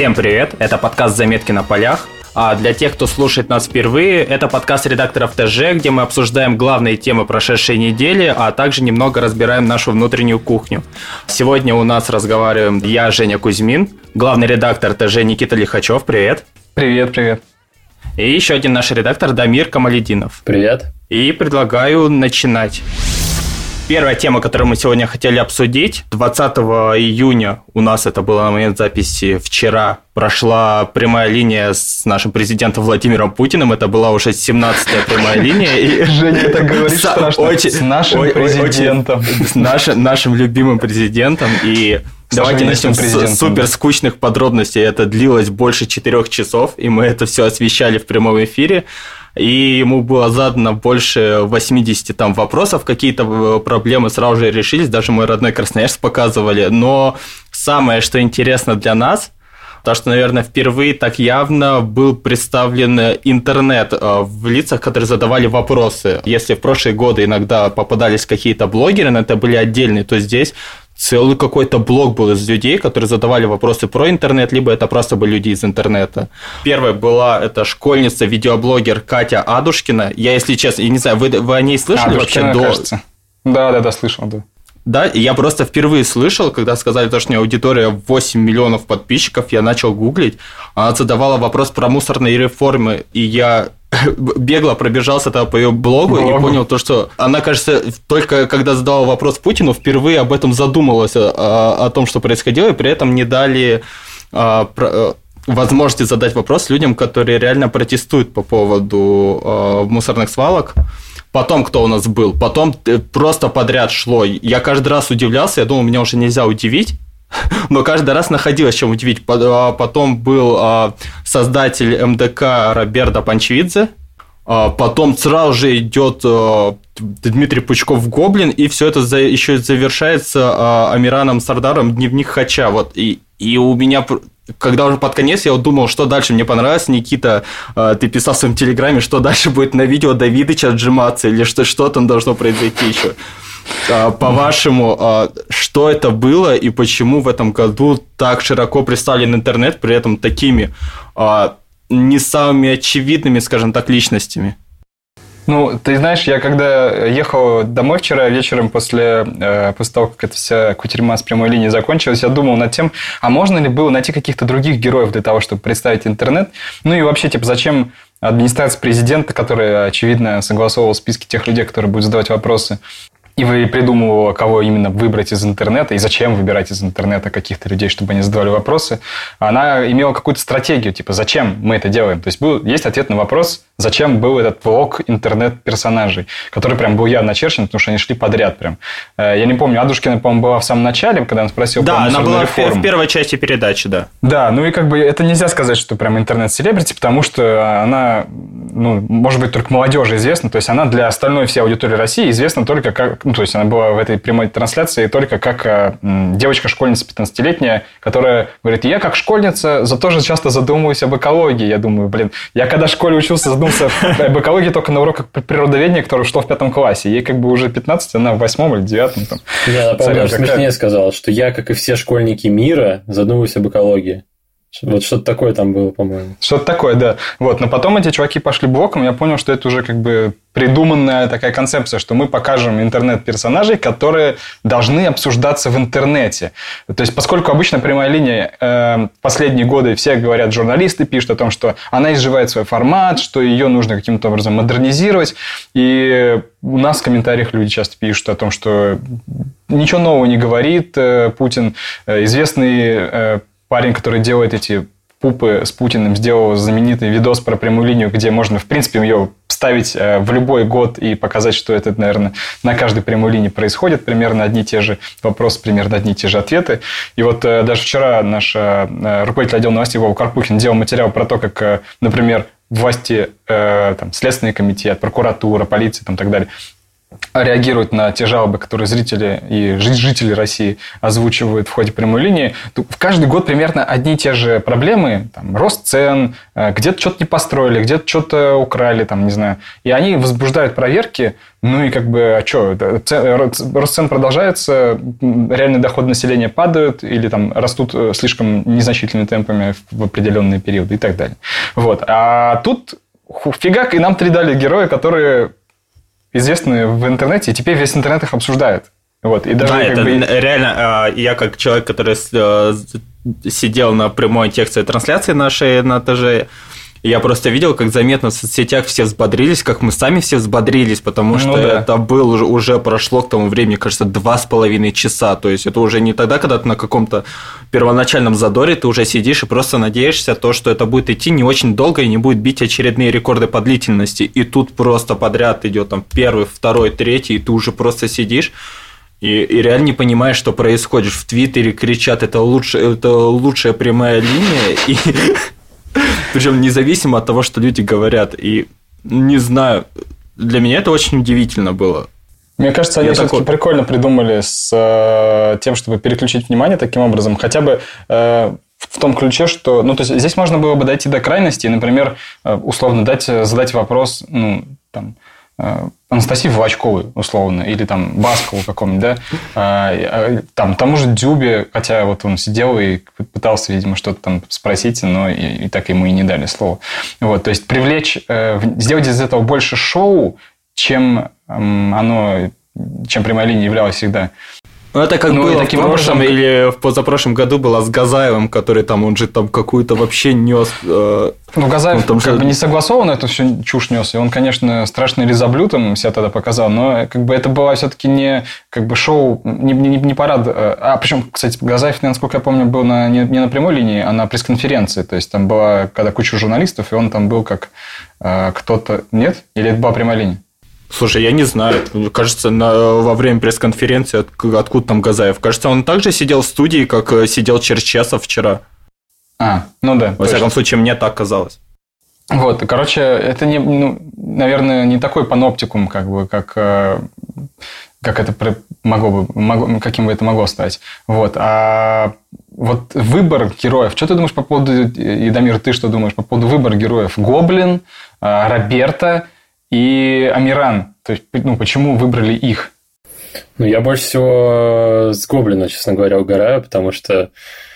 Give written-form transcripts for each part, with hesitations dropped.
Всем привет, это подкаст «Заметки на полях». А для тех, кто слушает нас впервые, это подкаст редакторов ТЖ, где мы обсуждаем главные темы прошедшей недели, а также немного разбираем нашу внутреннюю кухню. Сегодня у нас разговариваем я, Женя Кузьмин, главный редактор ТЖ Никита Лихачев. Привет. Привет. И еще один наш редактор Дамир Камалетдинов. Привет. И предлагаю начинать. Первая тема, которую мы сегодня хотели обсудить. 20 июня, у нас это было на момент записи вчера, прошла прямая линия с нашим президентом Владимиром Путиным. Это была уже 17-я прямая линия. Женя так говорит страшно. С нашим президентом. С нашим любимым президентом. И давайте начнем с супер скучных подробностей. Это длилось больше 4 часов, и мы это все освещали в прямом эфире. И ему было задано больше 80 там вопросов, какие-то проблемы сразу же решились, даже мой родной Красноярск показывали. Но самое, что интересно для нас, то, что, наверное, впервые так явно был представлен интернет в лицах, которые задавали вопросы. Если в прошлые годы иногда попадались какие-то блогеры, но это были отдельные, то здесь целый какой-то блок был из людей, которые задавали вопросы про интернет, либо это просто были люди из интернета. Первая была это школьница-видеоблогер Катя Адушкина. Я, если честно, я не знаю, вы о ней слышали вообще до... Кажется. Да, слышал, да. Да, я просто впервые слышал, когда сказали, что у нее аудитория 8 миллионов подписчиков, я начал гуглить. Она задавала вопрос про мусорные реформы, и я бегло пробежался по ее блогу и понял то, что она, кажется, только когда задавала вопрос Путину, впервые об этом задумалась, о том, что происходило, и при этом не дали возможности задать вопрос людям, которые реально протестуют по поводу мусорных свалок. Потом кто у нас был? Потом просто подряд шло. Я каждый раз удивлялся, я думал, меня уже нельзя удивить. Но каждый раз находилось чем удивить. Потом был создатель МДК Роберто Панчвидзе. Потом сразу же идет Дмитрий Пучков-Гоблин. И все это еще завершается Амираном Сардаром «Дневник Хача». И у меня... Когда уже под конец, я думал, что дальше. Мне понравилось, Никита, ты писал в своем телеграме, что дальше будет на видео Давидыча отжиматься, или что там должно произойти еще. По-вашему, что это было и почему в этом году так широко представлен интернет, при этом такими не самыми очевидными, скажем так, личностями? Ну, ты знаешь, я когда ехал домой вчера вечером после того, как эта вся кутерьма с прямой линии закончилась, я думал над тем, а можно ли было найти каких-то других героев для того, чтобы представить интернет? Ну и вообще, зачем администрация президента, которая, очевидно, согласовывала списки тех людей, которые будут задавать вопросы, и вы придумывала, кого именно выбрать из интернета, и зачем выбирать из интернета каких-то людей, чтобы они задавали вопросы, она имела какую-то стратегию, зачем мы это делаем. То есть, есть ответ на вопрос, зачем был этот влог интернет-персонажей, который прям был явно очерчен, потому что они шли подряд прям. Я не помню, Адушкина, по-моему, была в самом начале, когда он спросил про мусорную реформу. Да, она была в первой части передачи, да. Да, ну и это нельзя сказать, что прям интернет-селебрити, потому что она, может быть, только молодежи известна, то есть она для остальной всей аудитории России известна только как... то есть она была в этой прямой трансляции только как девочка-школьница 15-летняя, которая говорит, я как школьница тоже часто задумываюсь об экологии. Я думаю, я когда в школе учился, задумался об экологии только на уроках природоведения, который шел в 5 классе. Ей уже 15, она в 8 или 9. Она, по-моему, смешнее сказала, что я, как и все школьники мира, задумываюсь об экологии. Вот что-то такое там было, по-моему. Что-то такое, да. Но потом эти чуваки пошли блоком, и я понял, что это уже придуманная такая концепция, что мы покажем интернет-персонажей, которые должны обсуждаться в интернете. То есть, поскольку обычно прямая линия последние годы все говорят, журналисты пишут о том, что она изживает свой формат, что ее нужно каким-то образом модернизировать. И у нас в комментариях люди часто пишут о том, что ничего нового не говорит Путин. Известный парень, который делает эти пупы с Путиным, сделал знаменитый видос про прямую линию, где можно, в принципе, ее вставить в любой год и показать, что это, наверное, на каждой прямой линии происходит. Примерно одни и те же вопросы, примерно одни и те же ответы. И даже вчера наш руководитель отдела новостей Вова Карпухин делал материал про то, как, например, власти, Следственный комитет, прокуратура, полиция и так далее, реагирует на те жалобы, которые зрители и жители России озвучивают в ходе прямой линии, то в каждый год примерно одни и те же проблемы. Там, рост цен, где-то что-то не построили, где-то что-то украли, там, не знаю. И они возбуждают проверки. Ну и как бы, а что? Рост цен продолжается, реальный доход населения падают или там растут слишком незначительными темпами в определенные периоды и так далее. Вот. А тут фигак, и нам 3 дали героя, которые известны в интернете, и теперь весь интернет их обсуждает. Вот, и даже да, это реально, я как человек, который сидел на прямой текстовой трансляции нашей на ТЖ, я просто видел, как заметно в соцсетях все взбодрились, как мы сами все взбодрились, потому что это было уже прошло к тому времени, кажется, 2,5 часа. То есть это уже не тогда, когда ты на каком-то первоначальном задоре, ты уже сидишь и просто надеешься, что это будет идти не очень долго и не будет бить очередные рекорды по длительности. И тут просто подряд идет там 1, 2, 3, и ты уже просто сидишь. И реально не понимаешь, что происходит. В Твиттере кричат, это лучшая прямая линия, и причем независимо от того, что люди говорят. И не знаю, для меня это очень удивительно было. Мне кажется, они все-таки прикольно придумали с тем, чтобы переключить внимание таким образом. Хотя бы в том ключе, что... Ну, то есть, здесь можно было бы дойти до крайности, например, условно задать вопрос, Анастасии Волочковой, условно, или там Баскову какому-нибудь, да, там, тому же Дзюбе, хотя вот он сидел и пытался, видимо, что-то там спросить, но и так ему и не дали слова. Вот, то есть, привлечь, сделать из этого больше шоу, чем прямая линия являлась всегда. Ну, это как было в прошлом или в позапрошлом году было с Газаевым, который там, он же там какую-то вообще нес... Газаев как бы не согласованно эту всю чушь нес, и он, конечно, страшный лизоблюдом себя тогда показал, но как бы это было все-таки не как бы шоу, не парад. Причем, кстати, Газаев, насколько я помню, был не на прямой линии, а на пресс-конференции. То есть, там была когда куча журналистов, и он там был как кто-то... Нет? Или это была прямая линия? Слушай, я не знаю. Кажется, во время пресс-конференции, откуда там Газаев? Кажется, он также сидел в студии, как сидел Черчесов вчера. Ну да. Во всяком случае, мне так казалось. Вот, короче, это, наверное, не такой паноптикум, как это каким бы это могло стать. Вот. А вот выбор героев. Что ты думаешь по поводу, Идамир, ты что думаешь по поводу выбора героев? Гоблин, Роберто и Амиран. То есть, почему выбрали их? Я больше всего с Гоблина, честно говоря, угораю, потому что,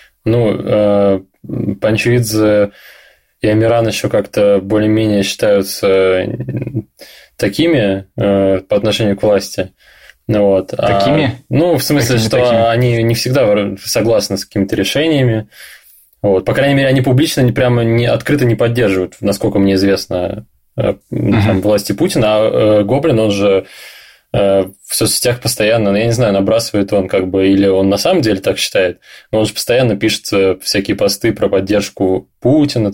Панчвидзе и Амиран еще как-то более-менее считаются такими по отношению к власти. Такими? В смысле, что они не всегда согласны с какими-то решениями. Вот. По крайней мере, они публично открыто не поддерживают, насколько мне известно, власти Путина, а Гоблин, он же в соцсетях постоянно, я не знаю, набрасывает он или он на самом деле так считает, но он же постоянно пишет всякие посты про поддержку Путина,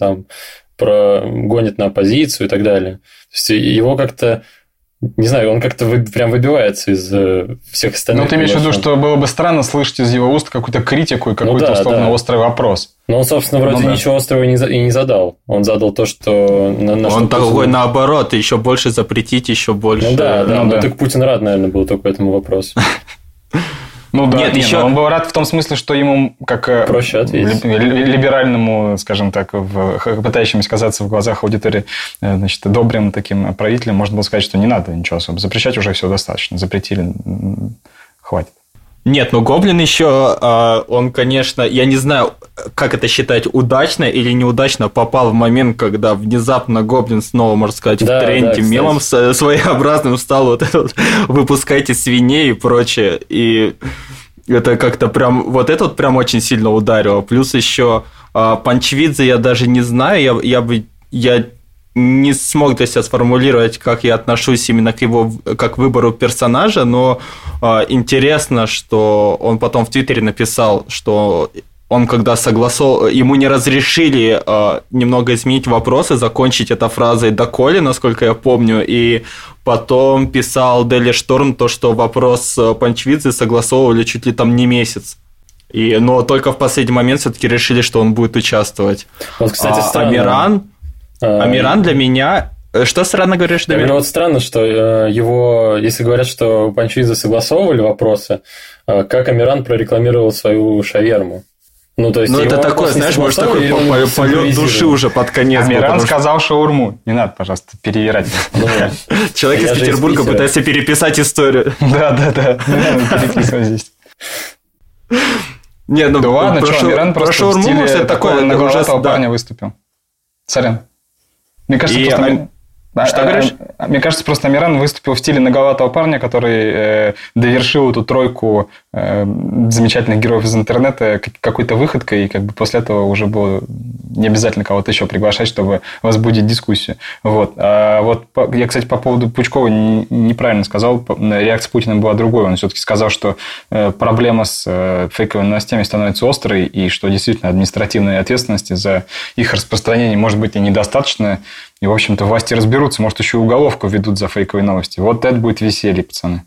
гонит на оппозицию и так далее. То есть, его как-то, не знаю, он как-то прям выбивается из всех остальных. Ты имеешь в виду, что было бы странно слышать из его уст какую-то критику и какой-то условно острый вопрос. Но он, собственно, вроде ничего острого и не задал. Он задал то, что... Он такой, наоборот, еще больше запретить, еще больше... Так Путин рад, наверное, был только этому вопросу. Нет, еще... он был рад в том смысле, что ему, как проще ответить. Либеральному, скажем так, пытающемуся казаться в глазах аудитории, добрым таким правителем, можно было сказать, что не надо ничего особо. Запрещать уже все достаточно. Запретили, хватит. Нет, Гоблин еще, он, конечно, я не знаю, как это считать, удачно или неудачно попал в момент, когда внезапно Гоблин снова, можно сказать, в тренде, мемом своеобразным стал выпускайте свиней и прочее. И это как-то прям, это прям очень сильно ударило. Плюс еще Панчвидзе я даже не знаю, я не смог для себя сформулировать, как я отношусь именно к его, как к выбору персонажа, но интересно, что он потом в Твиттере написал, что он когда ему не разрешили немного изменить вопросы, закончить это фразой «доколе», насколько я помню, и потом писал Daily Storm то, что вопрос Панчвидзе согласовывали чуть ли там не месяц. Но только в последний момент все-таки решили, что он будет участвовать. Вот, кстати, странно. Амиран для меня Что странно говоришь, Дамир? Именно вот странно, что его, если говорят, что Панчвидзе согласовывали вопросы, как Амиран прорекламировал свою шаверму. Ну, то есть это такое, знаешь, может, такой полет души уже под конец. Амиран сказал шаурму. Не надо, пожалуйста, перевирать. Человек из Петербурга пытается переписать историю. Да. Не надо переписывать здесь. Нет, ну, да ладно, что, Амиран просто в стиле такого нагловатого парня выступил. Сорян. Мне кажется, просто... Что говоришь? Мне кажется, просто Амиран выступил в стиле нагловатого парня, который довершил эту тройку замечательных героев из интернета какой-то выходкой, и как бы после этого уже было не обязательно кого-то еще приглашать, чтобы возбудить дискуссию. Вот. Я, кстати, по поводу Пучкова неправильно сказал. Реакция Путина была другой. Он все-таки сказал, что проблема с фейковыми новостями становится острой, и что действительно административной ответственности за их распространение может быть и недостаточно. И, в общем-то, власти разберутся, может, еще и уголовку введут за фейковые новости. Вот это будет веселье, пацаны.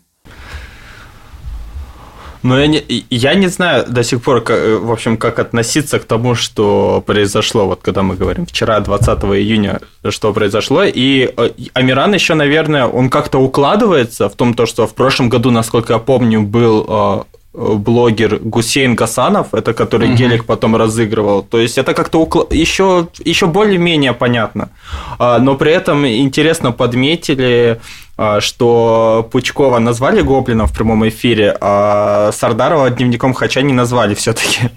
Ну, я не знаю до сих пор, в общем, как относиться к тому, что произошло, вот когда мы говорим вчера, 20 июня, что произошло. И Амиран еще, наверное, он как-то укладывается в том, что в прошлом году, насколько я помню, был... блогер Гусейн Гасанов, это который гелик потом разыгрывал. То есть это как-то еще более-менее понятно. Но при этом интересно подметили, что Пучкова назвали гоблином в прямом эфире, а Сардарова дневником Хача не назвали все-таки.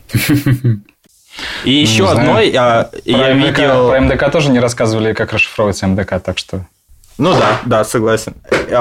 И еще одно я видел... Про МДК тоже не рассказывали, как расшифровывается МДК, так что... Ну да, согласен.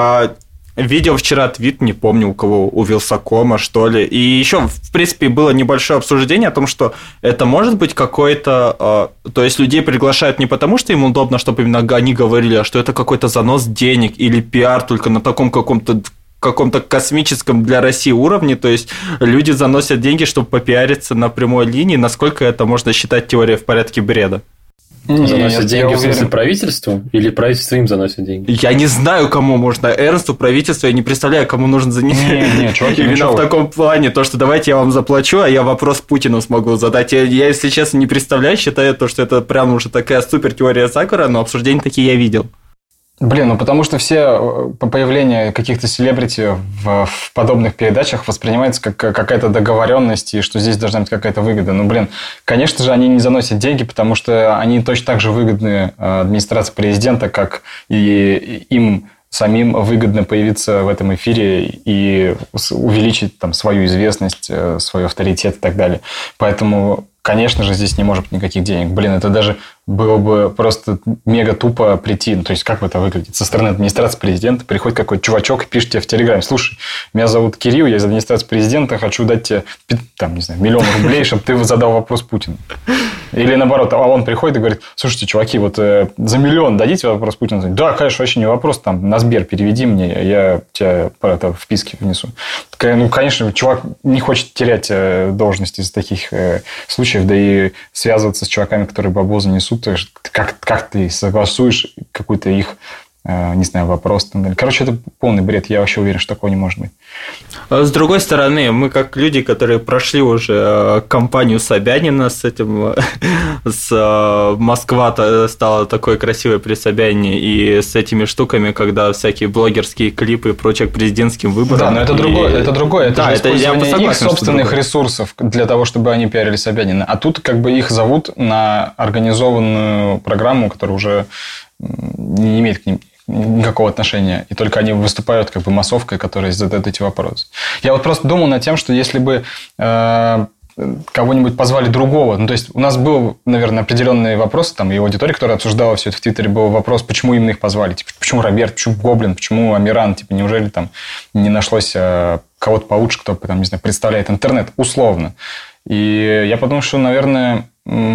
Видел вчера твит, не помню у кого, у Вилсакома, что ли. И еще, в принципе, было небольшое обсуждение о том, что это может быть какой-то... То есть, людей приглашают не потому, что им удобно, чтобы именно они говорили, а что это какой-то занос денег или пиар только на таком каком-то космическом для России уровне. То есть, люди заносят деньги, чтобы попиариться на прямой линии. Насколько это можно считать теорией в порядке бреда? Заносят деньги в смысле правительству? Или правительство им заносит деньги? Я не знаю, кому можно. Эрнсту, правительству, я не представляю, кому нужно занести. Не, чуваки, именно в таком плане, то, что давайте я вам заплачу, а я вопрос Путину смогу задать. Я, если честно, не представляю, считаю, что это прям уже такая супер теория заговора, но обсуждения такие я видел. Блин, ну потому что все появление каких-то селебрити в подобных передачах воспринимается как какая-то договоренность, и что здесь должна быть какая-то выгода. Ну, блин, конечно же, они не заносят деньги, потому что они точно так же выгодны администрации президента, как и им самим выгодно появиться в этом эфире и увеличить там свою известность, свой авторитет и так далее. Поэтому... Конечно же, здесь не может быть никаких денег. Блин, это даже было бы просто мега тупо прийти. Ну, то есть, как это выглядит? Со стороны администрации президента приходит какой-то чувачок и пишет тебе в Телеграме: слушай, меня зовут Кирилл, я из администрации президента, хочу дать тебе, там, не знаю, 1 000 000 рублей, чтобы ты задал вопрос Путину. Или наоборот, а он приходит и говорит: слушайте, чуваки, вот за 1 000 000 дадите вопрос Путину? Да, конечно, вообще не вопрос, там, на Сбер переведи мне, я тебя в списке внесу. Ну, конечно, чувак не хочет терять должность из таких случаев, да и связываться с чуваками, которые бабло занесут, как ты согласуешь какой-то их, не знаю, вопрос. Короче, это полный бред, я вообще уверен, что такого не может быть. С другой стороны, мы как люди, которые прошли уже кампанию Собянина с этим, с Москва стала такой красивой при Собянине, и с этими штуками, когда всякие блогерские клипы и прочее к президентским выборам. Да, но это другое. Это да, же использование их собственных ресурсов для того, чтобы они пиарили Собянина. А тут как бы их зовут на организованную программу, которая уже не имеет к ним никакого отношения. И только они выступают как бы массовкой, которая задает эти вопросы. Я вот просто думал над тем, что если бы кого-нибудь позвали другого, ну, то есть, у нас был, наверное, определенные вопросы, там, и аудитория, которая обсуждала все это в Твиттере, был вопрос, почему именно их позвали, типа, почему Роберт, почему Гоблин, почему Амиран, типа, неужели там не нашлось кого-то получше, кто, там, не знаю, представляет интернет, условно. И я подумал, что, наверное,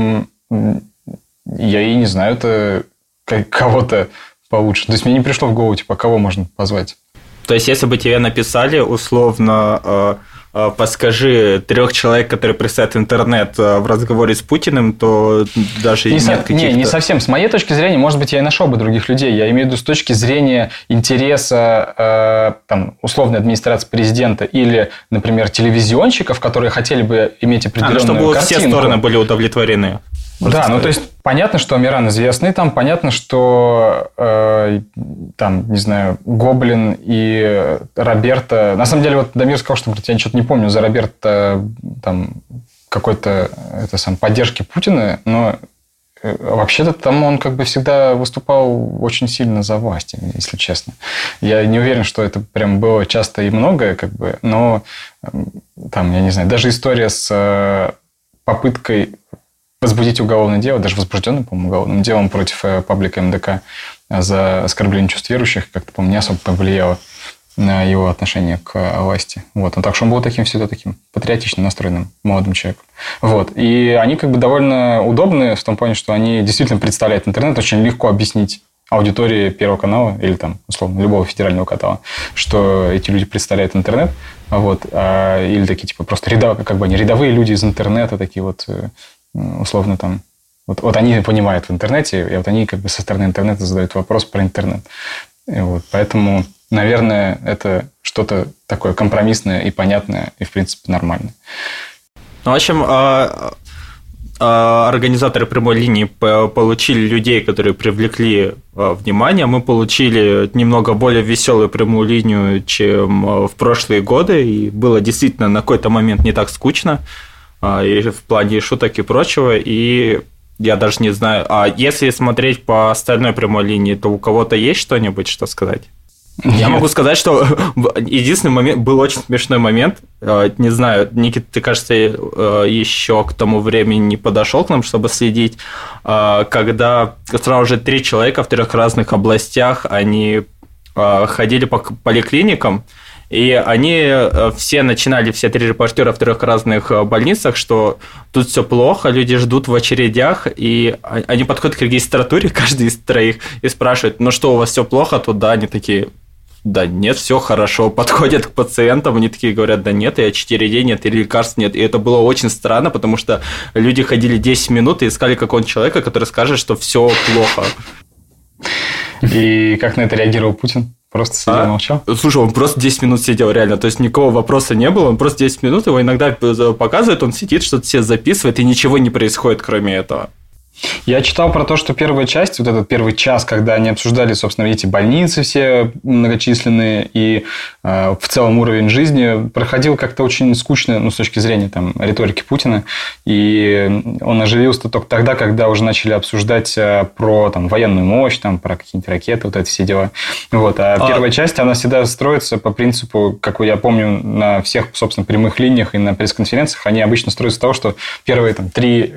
я и не знаю, это кого-то получше. То есть, мне не пришло в голову, типа, кого можно позвать. То есть, если бы тебе написали, условно, подскажи 3 человек, которые представят интернет в разговоре с Путиным, то даже нет каких-то... Не совсем. С моей точки зрения, может быть, я и нашел бы других людей. Я имею в виду с точки зрения интереса там, условной администрации президента или, например, телевизионщиков, которые хотели бы иметь определенную чтобы картинку. Все стороны были удовлетворены. Да, ну то есть понятно, что Амиран известный, там понятно, что там, не знаю, Гоблин и Роберто... На самом деле, вот Дамир сказал, что я что-то не помню за Роберто там какой-то поддержки Путина, но вообще-то там он как бы всегда выступал очень сильно за власть, если честно. Я не уверен, что это прям было часто и много, как бы, но там, я не знаю, даже история с попыткой возбудить уголовное дело, даже возбужденным, по-моему, уголовным делом против паблика МДК за оскорбление чувств верующих, как-то, по-моему, не особо повлияло на его отношение к власти. Вот. Но так что он был всегда таким патриотично настроенным молодым человеком. Вот. И они как бы довольно удобны в том плане, что они действительно представляют интернет. Очень легко объяснить аудитории Первого канала или там, условно, любого федерального канала, что эти люди представляют интернет. Вот. Или такие типа просто рядовые люди из интернета, такие вот условно там, вот они понимают в интернете, и вот они как бы со стороны интернета задают вопрос про интернет. И вот, поэтому, наверное, это что-то такое компромиссное и понятное, и, в принципе, нормальное. Ну, в общем, организаторы прямой линии получили людей, которые привлекли внимание. Мы получили немного более веселую прямую линию, чем в прошлые годы, и было действительно на какой-то момент не так скучно. И в плане шуток и прочего, и я даже не знаю, а если смотреть по остальной прямой линии, то у кого-то есть что-нибудь, что сказать? Я могу сказать, что единственный момент, был очень смешной момент, не знаю, Никита, ты, кажется, еще к тому времени не подошел к нам, чтобы следить, когда сразу же 3 человека в 3 разных областях, они ходили по поликлиникам, и они все начинали, все 3 репортера в 3 разных больницах, что тут все плохо, люди ждут в очередях, и они подходят к регистратуре, каждый из 3, и спрашивают, ну что, у вас все плохо? Тут да, они такие, да нет, все хорошо, подходят к пациентам, они такие говорят, да нет, и очередей нет, и лекарств нет. И это было очень странно, потому что люди ходили 10 минут и искали какого-нибудь человека, который скажет, что все плохо. И как на это реагировал Путин? Просто сидел, молчал? Слушай, он просто 10 минут сидел, реально. То есть, никакого вопроса не было. Он просто 10 минут, его иногда показывают, он сидит, что-то себе записывает, и ничего не происходит, кроме этого. Я читал про то, что первая часть, вот этот первый час, когда они обсуждали, собственно, эти больницы все многочисленные и в целом уровень жизни, проходил как-то очень скучно, ну, с точки зрения там, риторики Путина. И он оживился только тогда, когда уже начали обсуждать про там, военную мощь, там, про какие-нибудь ракеты, вот это все дела. Вот. Первая часть, она всегда строится по принципу, как я помню, на всех, собственно, прямых линиях и на пресс-конференциях, они обычно строятся с того, что первые там,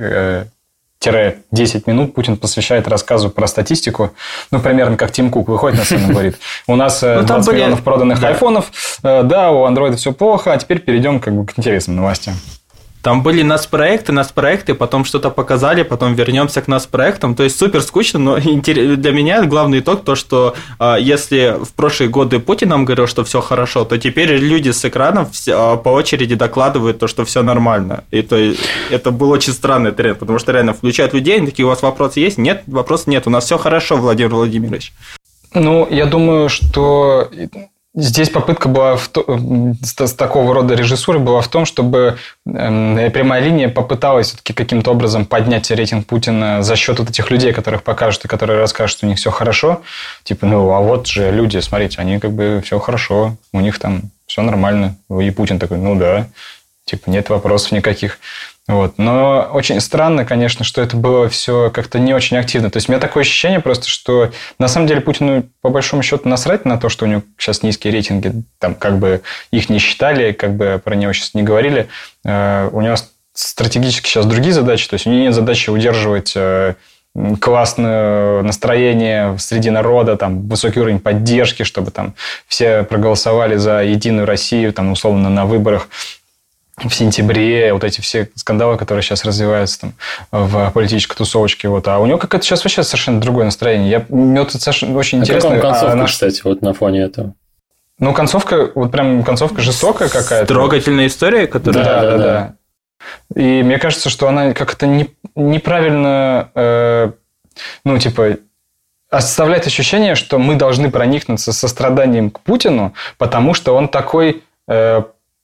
3-10 минут Путин посвящает рассказу про статистику. Ну, примерно как Тим Кук выходит на сцену и говорит, у нас 20 миллионов проданных айфонов, да, у андроида все плохо, а теперь перейдем как бы к интересным новостям. Там были нас-проекты, потом что-то показали, потом вернемся к нас-проектам. То есть, супер скучно, но для меня главный итог то, что если в прошлые годы Путин нам говорил, что все хорошо, то теперь люди с экранов по очереди докладывают то, что все нормально. И то это был очень странный тренд, потому что реально включают людей, они такие, у вас вопросы есть? Нет, вопросов нет, у нас все хорошо, Владимир Владимирович. Ну, я думаю, что... Здесь попытка была с такого рода режиссуры была в том, чтобы прямая линия попыталась все-таки каким-то образом поднять рейтинг Путина за счет вот этих людей, которых покажут и которые расскажут, что у них все хорошо. Типа, ну, а вот же люди, смотрите, они как бы все хорошо, у них там все нормально. И Путин такой, ну да, типа, нет вопросов никаких. Вот. Но очень странно, конечно, что это было все как-то не очень активно. То есть, у меня такое ощущение просто, что на самом деле Путину по большому счету насрать на то, что у него сейчас низкие рейтинги, там как бы их не считали, как бы про него сейчас не говорили. У него стратегически сейчас другие задачи. То есть, у него нет задачи удерживать классное настроение среди народа, там, высокий уровень поддержки, чтобы там все проголосовали за Единую Россию, там, условно, на выборах в сентябре, вот эти все скандалы, которые сейчас развиваются там, в политической тусовочке. Вот. А у него как-то сейчас вообще совершенно другое настроение. Мне вот это совершенно очень интересно. Какая концовка, кстати, вот на фоне этого? Ну, концовка, вот прям концовка жестокая какая-то. Трогательная история, которая... Да. И мне кажется, что она как-то неправильно, оставляет ощущение, что мы должны проникнуться состраданием к Путину, потому что он такой...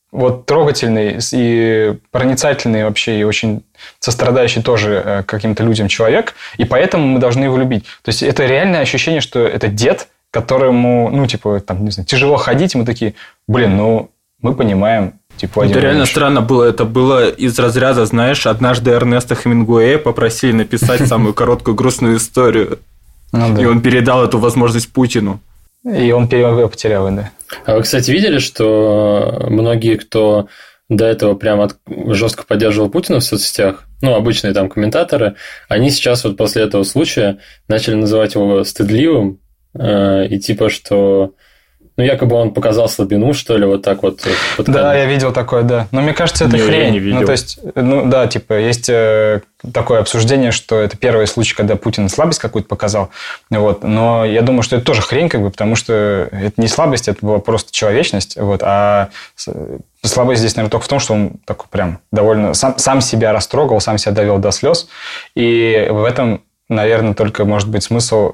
вот трогательный и проницательный вообще, и очень сострадающий тоже каким-то людям человек, и поэтому мы должны его любить. То есть это реальное ощущение, что это дед, которому, ну, типа, там, не знаю, тяжело ходить, и мы такие, мы понимаем. Типа, это реально странно было. Это было из разряда, знаешь, однажды Эрнеста Хемингуэя попросили написать самую короткую грустную историю. И он передал эту возможность Путину. И он ее потерял, да. А вы, кстати, видели, что многие, кто до этого прям жестко поддерживал Путина в соцсетях, ну, обычные там комментаторы, они сейчас вот после этого случая начали называть его стыдливым, и типа, что... Ну, якобы он показал слабину, что ли, вот так вот. Да, я видел такое, да. Но мне кажется, это хрень. Я не видел. Ну, то есть, да, типа, есть такое обсуждение, что это первый случай, когда Путин слабость какую-то показал. Вот. Но я думаю, что это тоже хрень, как бы, потому что это не слабость, это была просто человечность. Вот. А слабость здесь, наверное, только в том, что он такой прям довольно... Сам себя растрогал, сам себя довел до слез. И в этом, наверное, только может быть смысл,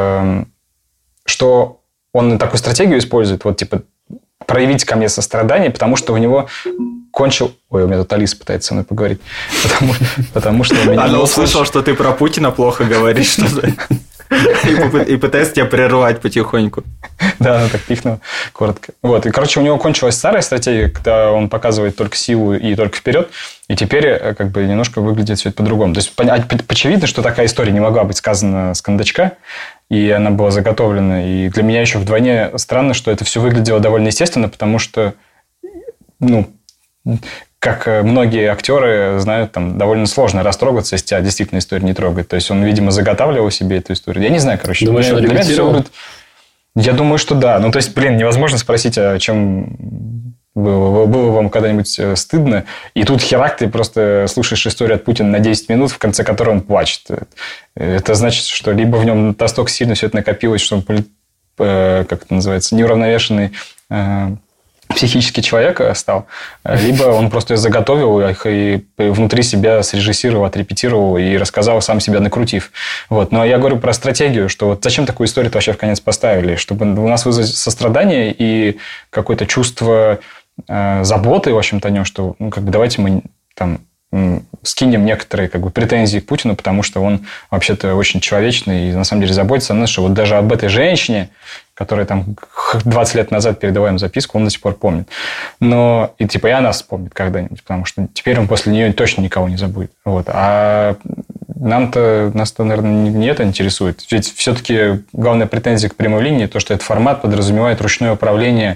что... Он такую стратегию использует, вот, типа, проявить ко мне сострадание, потому что у него кончил... Ой, у меня тут Алиса пытается со мной поговорить. Потому что у меня... Она услышала, что ты про Путина плохо говоришь, что-то. И пытается тебя прервать потихоньку. Да, она так пихнула коротко. Вот. И, короче, у него кончилась старая стратегия, когда он показывает только силу и только вперед. И теперь как бы немножко выглядит все это по-другому. То есть, очевидно, что такая история не могла быть сказана с кондачка. И она была заготовлена. И для меня еще вдвойне странно, что это все выглядело довольно естественно, потому что, ну, как многие актеры знают, там довольно сложно растрогаться, если тебя действительно история не трогает. То есть, он, видимо, заготавливал себе эту историю. Я не знаю, короче. Думаешь, он репетировал? Я думаю, что да. Ну, то есть, невозможно спросить, о чем было вам когда-нибудь стыдно. И тут херак, ты просто слушаешь историю от Путина на 10 минут, в конце которой он плачет. Это значит, что либо в нем настолько сильно все это накопилось, что он, как это называется, неуравновешенный психический человек стал, либо он просто заготовил их и внутри себя срежиссировал, отрепетировал и рассказал, сам себя накрутив. Вот. Но я говорю про стратегию, что вот зачем такую историю вообще в конец поставили? Чтобы у нас вызвать сострадание и какое-то чувство заботы, в общем-то, о нем, что как бы давайте мы там скинем некоторые как бы претензии к Путину, потому что он вообще-то очень человечный и на самом деле заботится о нас, что вот даже об этой женщине, которая там 20 лет назад передала им записку, он до сих пор помнит. Но и типа и она вспомнит когда-нибудь, потому что теперь он после нее точно никого не забудет. Вот. А нас-то, наверное, не это интересует. Ведь все-таки главная претензия к прямой линии то, что этот формат подразумевает ручное управление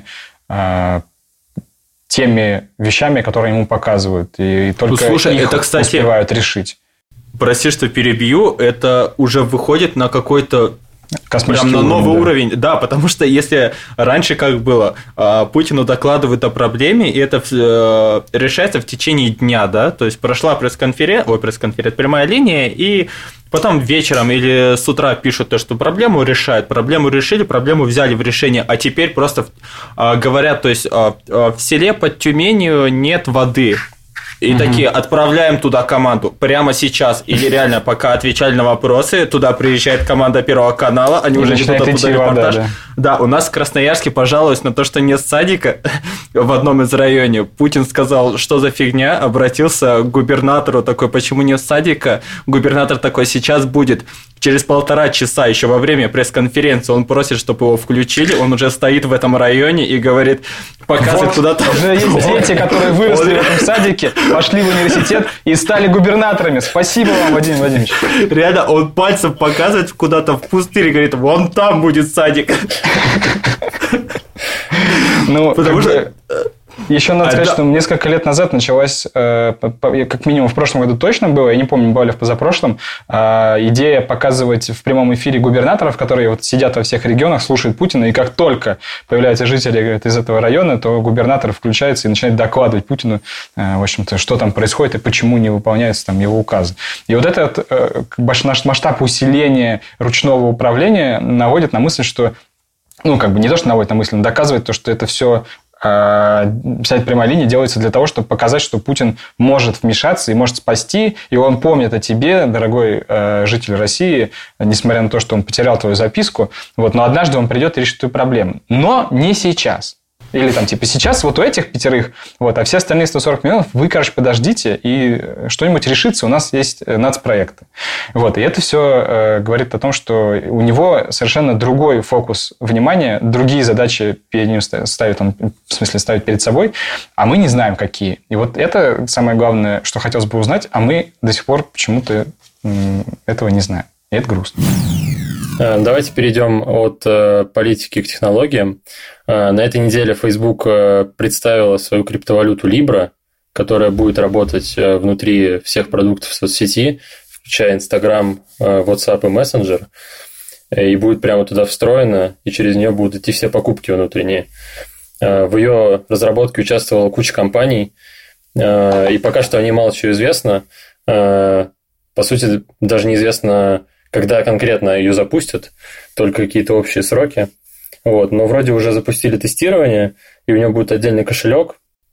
теми вещами, которые ему показывают. И только их успевают решить. Прости, что перебью. Это уже выходит на какой-то прям на новый уровень. Да, потому что если раньше как было, Путину докладывают о проблеме, и это решается в течение дня, да, то есть прошла пресс-конференция, прямая линия, и потом вечером или с утра пишут то, что проблему решают, проблему решили, проблему взяли в решение, а теперь просто говорят, то есть в селе под Тюменью нет воды. И такие, отправляем туда команду прямо сейчас. Или реально, пока отвечали на вопросы, туда приезжает команда Первого канала, они уже ведут оттуда репортаж. Да, у нас в Красноярске пожаловались на то, что нет садика в одном из районов. Путин сказал, что за фигня, обратился к губернатору, такой, почему нет садика? Губернатор такой, сейчас будет. Через 1,5 часа, еще во время пресс-конференции, он просит, чтобы его включили, он уже стоит в этом районе и говорит, показывает куда-то... Уже есть дети, которые выросли в этом садике, пошли в университет и стали губернаторами. Спасибо вам, Владимир Владимирович. Реально, он пальцем показывает куда-то в пустырь и говорит, вон там будет садик. Ну, потому что... Еще надо сказать, что несколько лет назад началась, как минимум в прошлом году точно было, я не помню, было ли в позапрошлом, идея показывать в прямом эфире губернаторов, которые вот сидят во всех регионах, слушают Путина, и как только появляются жители из этого района, то губернатор включается и начинает докладывать Путину, в общем-то, что там происходит и почему не выполняются там его указы. И вот этот наш масштаб усиления ручного управления наводит на мысль, что, ну, как бы не то, что наводит на мысль, но доказывает то, что это все... Вся эта прямая линия делается для того, чтобы показать, что Путин может вмешаться и может спасти, и он помнит о тебе, дорогой житель России, несмотря на то, что он потерял твою записку, вот, но однажды он придет и решит твою проблему. Но не сейчас. Или там, типа, сейчас вот у этих 5, вот, а все остальные 140 миллионов вы, короче, подождите, и что-нибудь решится, у нас есть нацпроекты. Вот, и это все говорит о том, что у него совершенно другой фокус внимания, другие задачи перед ним ставит он, в смысле, ставит перед собой, а мы не знаем, какие. И вот это самое главное, что хотелось бы узнать, а мы до сих пор почему-то этого не знаем. И это грустно. Давайте перейдем от политики к технологиям. На этой неделе Facebook представила свою криптовалюту Libra, которая будет работать внутри всех продуктов соцсети, включая Instagram, WhatsApp и Messenger, и будет прямо туда встроена, и через нее будут идти все покупки внутренние. В ее разработке участвовала куча компаний, и пока что о ней мало чего известно. По сути, даже неизвестно, когда конкретно ее запустят, только какие-то общие сроки. Вот. Но вроде уже запустили тестирование, и у него будет отдельный кошелек.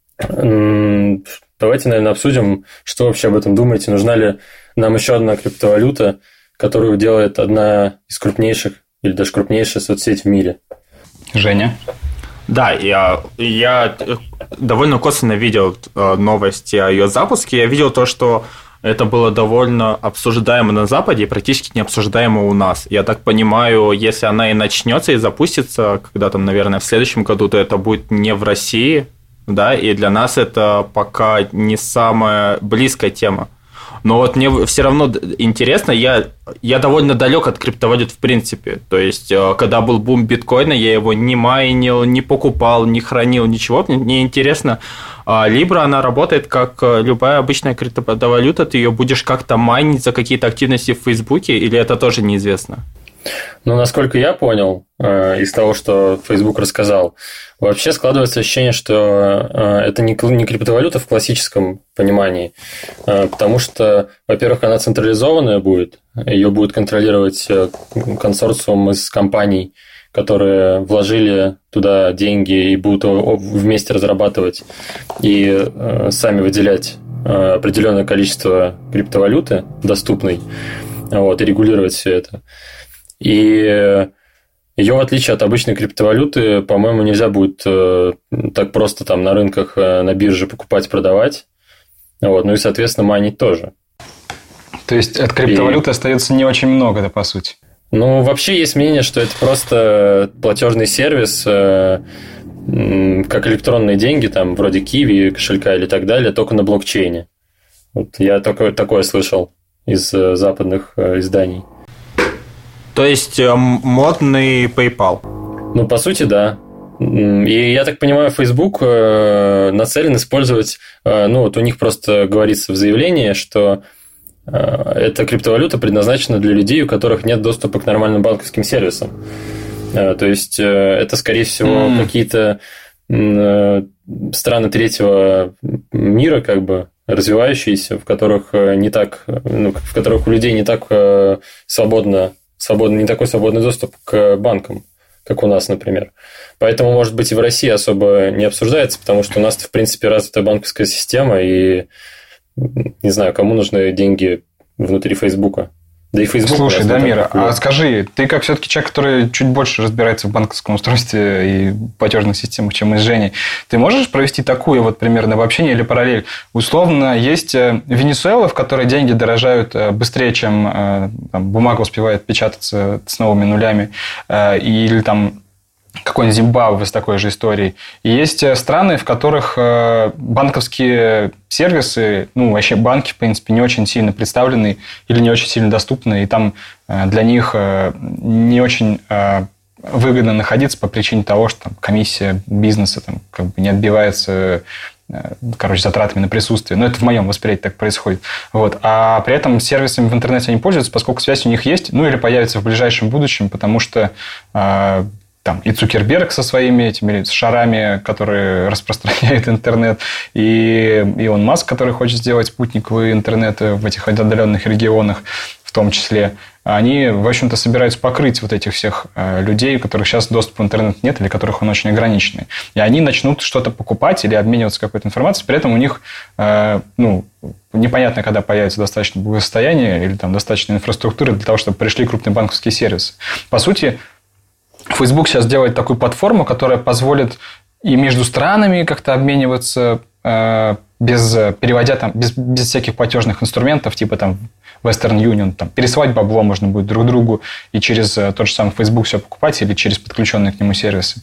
Давайте, наверное, обсудим, что вообще об этом думаете. Нужна ли нам еще одна криптовалюта, которую делает одна из крупнейших или даже крупнейшая соцсеть в мире? Женя? Да, я довольно косвенно видел новости о ее запуске. Я видел то, что это было довольно обсуждаемо на Западе и практически не обсуждаемо у нас. Я так понимаю, если она и начнется и запустится, когда там, наверное, в следующем году, то это будет не в России, да, и для нас это пока не самая близкая тема. Но вот мне все равно интересно, я довольно далек от криптовалют в принципе. То есть, когда был бум биткоина, я его не майнил, не покупал, не хранил, ничего. Мне интересно, Libra, она работает как любая обычная криптовалюта, ты ее будешь как-то майнить за какие-то активности в Фейсбуке, или это тоже неизвестно? Ну, насколько я понял из того, что Facebook рассказал, вообще складывается ощущение, что это не криптовалюта в классическом понимании, потому что, во-первых, она централизованная будет, ее будет контролировать консорциум из компаний, которые вложили туда деньги и будут вместе разрабатывать и сами выделять определенное количество криптовалюты доступной, вот, и регулировать все это. И ее, в отличие от обычной криптовалюты, по-моему, нельзя будет так просто там на рынках, на бирже покупать, продавать. Вот. Ну и, соответственно, майнить тоже. То есть от криптовалюты остается не очень много, да, по сути? Ну, вообще есть мнение, что это просто платежный сервис, как электронные деньги, там, вроде Kiwi, кошелька или так далее, только на блокчейне. Вот я такое слышал из западных изданий. То есть, модный PayPal? Ну, по сути, да. И я так понимаю, Facebook нацелен использовать... Ну, вот у них просто говорится в заявлении, что эта криптовалюта предназначена для людей, у которых нет доступа к нормальным банковским сервисам. То есть, это, скорее всего, какие-то страны третьего мира, как бы, развивающиеся, в которых не так... Ну, в которых у людей не так не такой свободный доступ к банкам, как у нас, например. Поэтому, может быть, и в России особо не обсуждается, потому что у нас, в принципе, развитая банковская система, и не знаю, кому нужны деньги внутри Фейсбука. Да и Facebook. Слушай, Дамир, а скажи, ты как все-таки человек, который чуть больше разбирается в банковском устройстве и платежных системах, чем мы с Женей, ты можешь провести такую вот примерно обобщение или параллель? Условно, есть Венесуэла, в которой деньги дорожают быстрее, чем там, бумага успевает печататься с новыми нулями, или там какой-нибудь Зимбабве с такой же историей. И есть страны, в которых банковские сервисы, ну, вообще банки, в принципе, не очень сильно представлены или не очень сильно доступны, и там для них не очень выгодно находиться по причине того, что там, комиссия бизнеса там, как бы не отбивается, короче, затратами на присутствие. Но это в моем восприятии так происходит. Вот. А при этом сервисами в интернете они пользуются, поскольку связь у них есть, ну, или появится в ближайшем будущем, потому что там и Цукерберг со своими этими шарами, которые распространяют интернет, и Илон Маск, который хочет сделать спутниковый интернет в этих отдаленных регионах в том числе, они, в общем-то, собираются покрыть вот этих всех людей, у которых сейчас доступа в интернет нет, или которых он очень ограниченный. И они начнут что-то покупать или обмениваться какой-то информацией, при этом у них, ну, непонятно, когда появится достаточно благосостояние или там достаточно инфраструктуры для того, чтобы пришли крупные банковские сервисы. По сути, Facebook сейчас делает такую платформу, которая позволит и между странами как-то обмениваться без всяких платежных инструментов, типа там Western Union, там, пересылать бабло можно будет друг другу и через тот же самый Facebook все покупать или через подключенные к нему сервисы.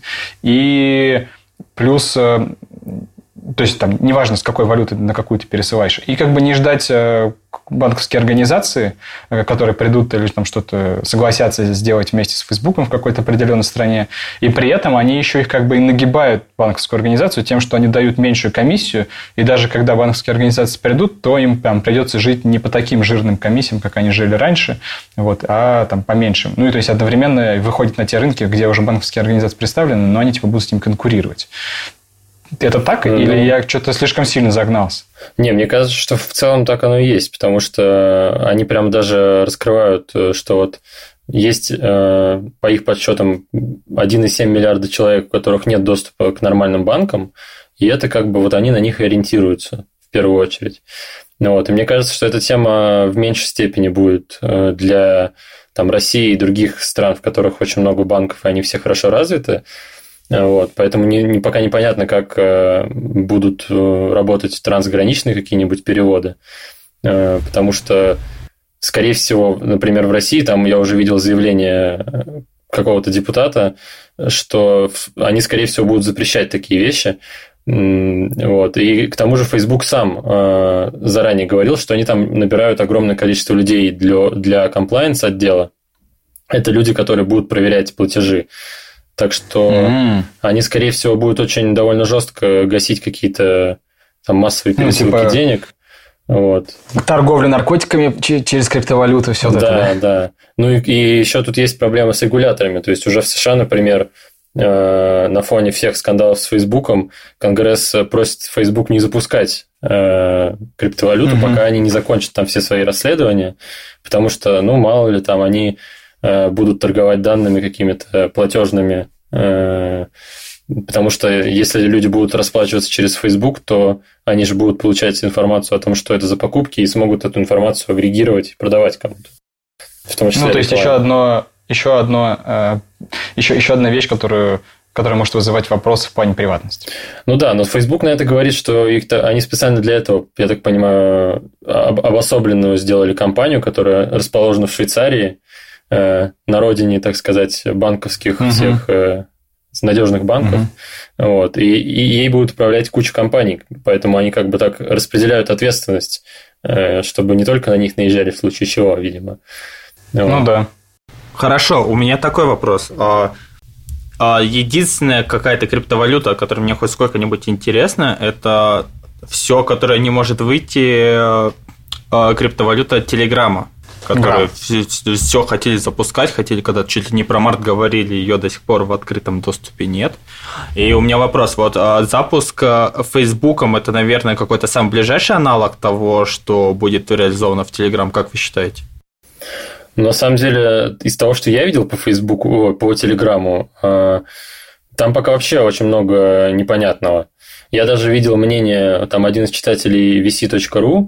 И плюс, то есть там неважно, с какой валюты на какую ты пересылаешь. И как бы не ждать банковские организации, которые придут или там что-то согласятся сделать вместе с Фейсбуком в какой-то определенной стране. И при этом они еще их как бы и нагибают, банковскую организацию, тем, что они дают меньшую комиссию. И даже когда банковские организации придут, то им там придется жить не по таким жирным комиссиям, как они жили раньше, вот, а там по меньшим. Ну и то есть одновременно выходят на те рынки, где уже банковские организации представлены, но они типа будут с ним конкурировать. Это так? Или я что-то слишком сильно загнался? Не, мне кажется, что в целом так оно и есть, потому что они прям даже раскрывают, что вот есть, по их подсчетам, 1,7 миллиарда человек, у которых нет доступа к нормальным банкам, и это как бы вот они на них и ориентируются в первую очередь. Вот. И мне кажется, что эта тема в меньшей степени будет для там, России и других стран, в которых очень много банков, и они все хорошо развиты. Вот, поэтому пока непонятно, как будут работать трансграничные какие-нибудь переводы, потому что, скорее всего, например, в России, там я уже видел заявление какого-то депутата, что они, скорее всего, будут запрещать такие вещи. Вот. И к тому же Facebook сам заранее говорил, что они там набирают огромное количество людей для комплаенс отдела. Это люди, которые будут проверять платежи. Так что они, скорее всего, будут очень довольно жестко гасить какие-то там массовые пересылки денег. Вот. Торговля наркотиками через криптовалюту, все это. Да. Ну и еще тут есть проблема с регуляторами. То есть уже в США, например, на фоне всех скандалов с Фейсбуком Конгресс просит Facebook не запускать криптовалюту, пока они не закончат там все свои расследования, потому что, ну, мало ли, там они будут торговать данными какими-то платежными, потому что если люди будут расплачиваться через Facebook, то они же будут получать информацию о том, что это за покупки, и смогут эту информацию агрегировать и продавать кому-то. В том числе то есть еще одна вещь, которая может вызывать вопросы в плане приватности. Ну да, но Facebook на это говорит, что они специально для этого, я так понимаю, обособленную сделали компанию, которая расположена в Швейцарии, на родине, так сказать, банковских всех надежных банков. Вот, и ей будут управлять куча компаний. Поэтому они как бы так распределяют ответственность, чтобы не только на них наезжали в случае чего, видимо. Вот. Ну да. Хорошо, у меня такой вопрос. Единственная какая-то криптовалюта, которая мне хоть сколько-нибудь интересна, это все, которое не может выйти, криптовалюта Телеграма, которые все хотели запускать, когда чуть ли не про март говорили, ее до сих пор в открытом доступе нет. И у меня вопрос, вот запуск Фейсбуком, это, наверное, какой-то самый ближайший аналог того, что будет реализовано в Телеграм, как вы считаете? На самом деле, из того, что я видел по Фейсбуку, по Телеграму, там пока вообще очень много непонятного. Я даже видел мнение, там один из читателей vc.ru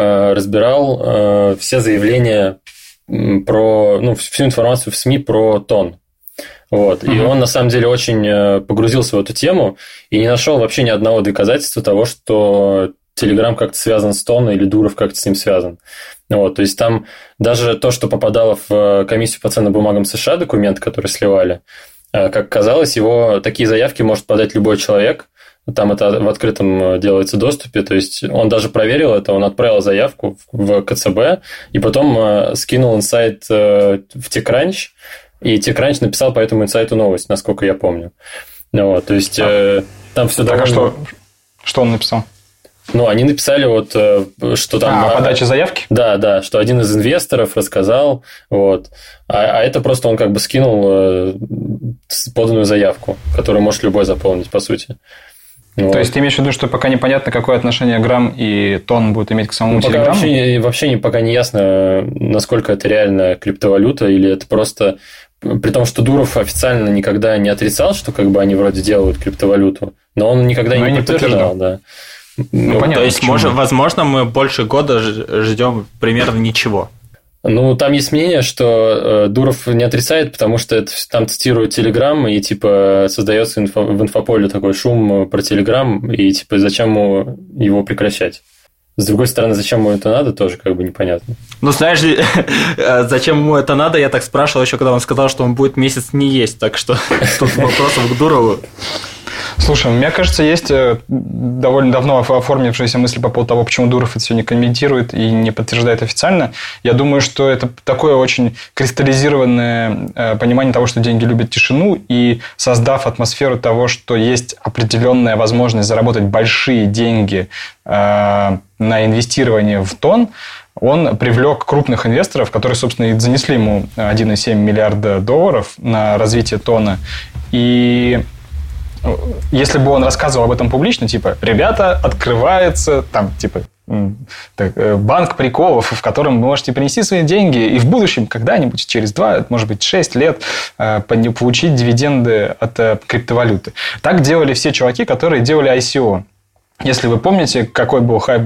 разбирал все заявления про, всю информацию в СМИ про Тон. Вот. И он, на самом деле, очень погрузился в эту тему и не нашел вообще ни одного доказательства того, что Телеграм как-то связан с Тон или Дуров как-то с ним связан. Вот. То есть там даже то, что попадало в комиссию по ценным бумагам США, документ, который сливали, как казалось, его такие заявки может подать любой человек. Там это в открытом делается доступе, то есть он даже проверил это, он отправил заявку в КЦБ и потом скинул инсайт в TechCrunch, и TechCrunch написал по этому инсайту новость, насколько я помню. Вот, то есть там все довольно... Так, что он написал? Они написали вот, что там... о подаче заявки? Да, что один из инвесторов рассказал, вот. А это просто он как бы скинул поданную заявку, которую может любой заполнить, по сути. Вот. То есть, ты имеешь в виду, что пока непонятно, какое отношение Грамм и Тон будут иметь к самому Телеграмму? Вообще пока не ясно, насколько это реально криптовалюта, или это просто... При том, что Дуров официально никогда не отрицал, что как бы они вроде делают криптовалюту, но он никогда не подтверждал, да. Понятно, то есть, возможно, мы больше года ждем примерно ничего. Ну, там есть мнение, что Дуров не отрицает, потому что это, там цитируют Телеграм, и, типа, создается в инфополе такой шум про Телеграм, и, типа, зачем ему его прекращать? С другой стороны, зачем ему это надо, тоже как бы непонятно. Ну, знаешь, зачем ему это надо, я так спрашивал еще, когда он сказал, что он будет месяц не есть, так что тут вопросов к Дурову. Слушай, мне кажется, есть довольно давно оформившаяся мысль по поводу того, почему Дуров это все не комментирует и не подтверждает официально. Я думаю, что это такое очень кристаллизированное понимание того, что деньги любят тишину, и создав атмосферу того, что есть определенная возможность заработать большие деньги на инвестирование в тон, он привлек крупных инвесторов, которые, собственно, и занесли ему 1,7 миллиарда долларов на развитие тона. И если бы он рассказывал об этом публично, типа, ребята, открывается там, типа, банк приколов, в котором вы можете принести свои деньги и в будущем когда-нибудь, через 2, может быть, 6 лет получить дивиденды от криптовалюты. Так делали все чуваки, которые делали ICO. Если вы помните, какой был хайп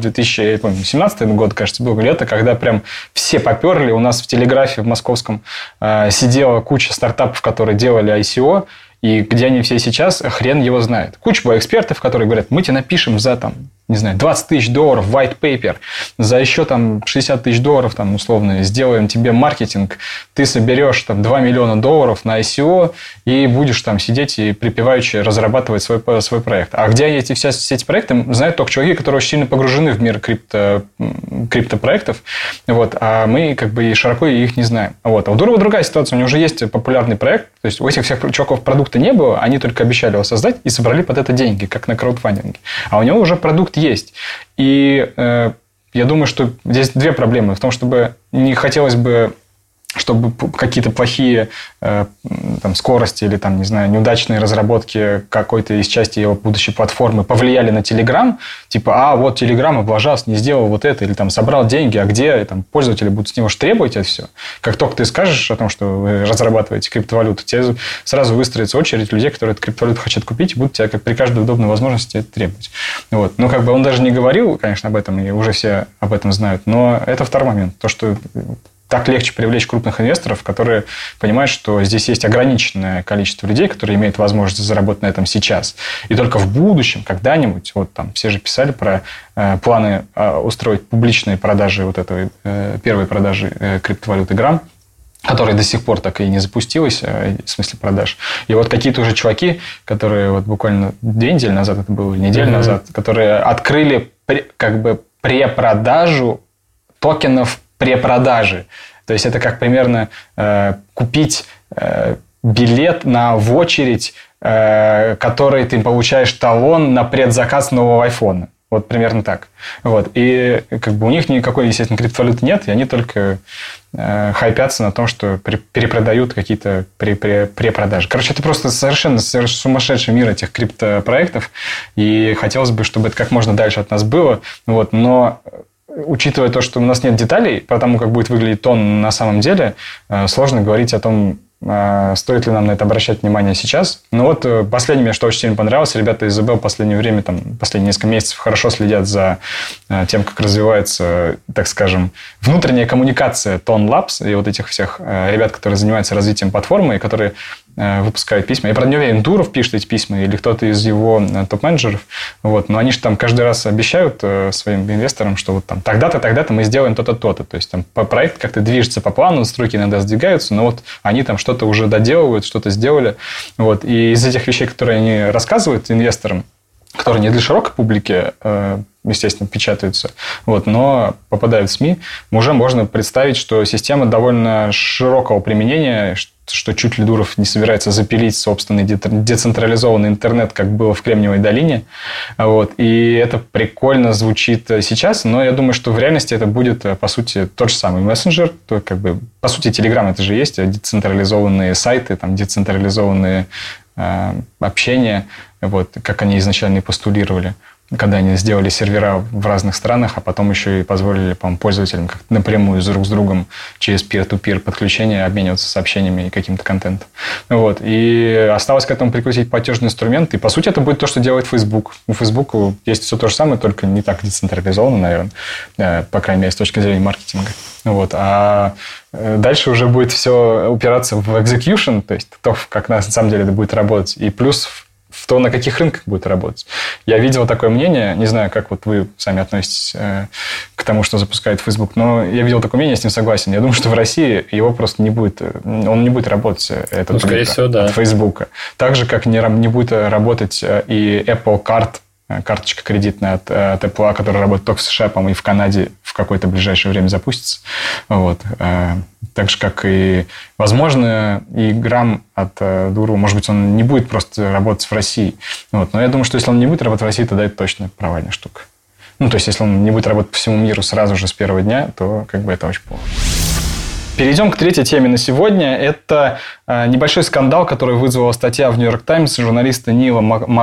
2017 год, кажется, было лето, когда прям все поперли. У нас в Телеграфе в московском сидела куча стартапов, которые делали ICO, и где они все сейчас, хрен его знает. Куча была экспертов, которые говорят, мы тебе напишем за, там, не знаю, 20 тысяч долларов white paper, за еще там 60 тысяч долларов, там, условно, сделаем тебе маркетинг, ты соберешь там 2 миллиона долларов на ICO и будешь там сидеть и припеваючи разрабатывать свой проект. А где все эти проекты, знают только чуваки, которые очень сильно погружены в мир криптопроектов, вот, а мы как бы широко их не знаем. Вот. А у Дурова другая ситуация, у него уже есть популярный проект, то есть у этих всех чуваков продукта не было, они только обещали его создать и собрали под это деньги, как на краудфандинге. А у него уже продукт есть. И я думаю, что здесь две проблемы. В том, чтобы не хотелось бы, чтобы какие-то плохие там, скорости или там, не знаю, неудачные разработки какой-то из части его будущей платформы повлияли на Telegram. Типа, вот Telegram облажался, не сделал вот это, или там собрал деньги, а где? И, там, пользователи будут с него требовать это все. Как только ты скажешь о том, что вы разрабатываете криптовалюту, тебе сразу выстроится очередь людей, которые эту криптовалюту хотят купить, и будут тебя как при каждой удобной возможности это требовать. Вот. Ну, как бы он даже не говорил, конечно, об этом, и уже все об этом знают, но это второй момент. То, что так легче привлечь крупных инвесторов, которые понимают, что здесь есть ограниченное количество людей, которые имеют возможность заработать на этом сейчас. И только в будущем, когда-нибудь, вот там все же писали про планы устроить публичные продажи вот этой первой продажи криптовалюты Грамм, которая до сих пор так и не запустилась, в смысле продаж. И вот какие-то уже чуваки, которые вот буквально 2 недели назад, это было, неделю назад, которые открыли как бы препродажу токенов препродажи. То есть, это как примерно купить билет в очередь, который ты получаешь талон на предзаказ нового айфона. Вот примерно так. Вот. И как бы у них никакой, естественно, криптовалюты нет, и они только хайпятся на том, что перепродают какие-то препродажи. Короче, это просто совершенно сумасшедший мир этих криптопроектов, и хотелось бы, чтобы это как можно дальше от нас было. Вот. Но учитывая то, что у нас нет деталей по тому, как будет выглядеть тон на самом деле, сложно говорить о том, стоит ли нам на это обращать внимание сейчас. Но вот последнее, что очень сильно понравилось, ребята из ИБ в последнее время, последние несколько месяцев хорошо следят за тем, как развивается, так скажем, внутренняя коммуникация Tone Labs и вот этих всех ребят, которые занимаются развитием платформы и которые выпускают письма. Я, правда, не уверен, Дуров пишет эти письма или кто-то из его топ-менеджеров. Вот. Но они же там каждый раз обещают своим инвесторам, что вот там тогда-то мы сделаем то-то, то-то. То есть, там проект как-то движется по плану, строки иногда сдвигаются, но вот они там что-то уже доделывают, что-то сделали. Вот. И из этих вещей, которые они рассказывают инвесторам, которые не для широкой публики, естественно, печатаются, вот, но попадают в СМИ, уже можно представить, что система довольно широкого применения, что чуть ли Дуров не собирается запилить собственный децентрализованный интернет, как было в Кремниевой долине. Вот, и это прикольно звучит сейчас, но я думаю, что в реальности это будет, по сути, тот же самый мессенджер. То, как бы, по сути, Telegram это же есть, децентрализованные сайты, там, децентрализованные общения, вот, как они изначально и постулировали. когда они сделали сервера в разных странах, а потом еще и позволили, по-моему, пользователям как напрямую друг с другом через peer-to-peer подключение обмениваться сообщениями и каким-то контентом. Вот. И осталось к этому прикрутить платежный инструмент. И, по сути, это будет то, что делает Facebook. У Facebook есть все то же самое, только не так децентрализовано, наверное, по крайней мере, с точки зрения маркетинга. Вот. А дальше уже будет все упираться в execution, то есть то, как на самом деле это будет работать, и плюс в то, на каких рынках будет работать. Я видел такое мнение, не знаю, как вот вы сами относитесь к тому, что запускает Facebook, но я видел такое мнение, я с ним согласен. Я думаю, что в России его просто не будет, он не будет работать, этот скорее всего, да. от Facebook. Так же, как не будет работать и Apple Card, карточка кредитная от Apple, которая работает только в США, по-моему, и в Канаде в какое-то ближайшее время запустится. Вот. Так же, как и, возможно, и Грам от Дуру, может быть, он не будет просто работать в России. Вот. Но я думаю, что если он не будет работать в России, тогда это точно провальная штука. Ну, то есть, если он не будет работать по всему миру сразу же с первого дня, то как бы это очень плохо. Перейдем к третьей теме на сегодня. Это небольшой скандал, который вызвала статья в Нью-Йорк Таймс журналиста Нила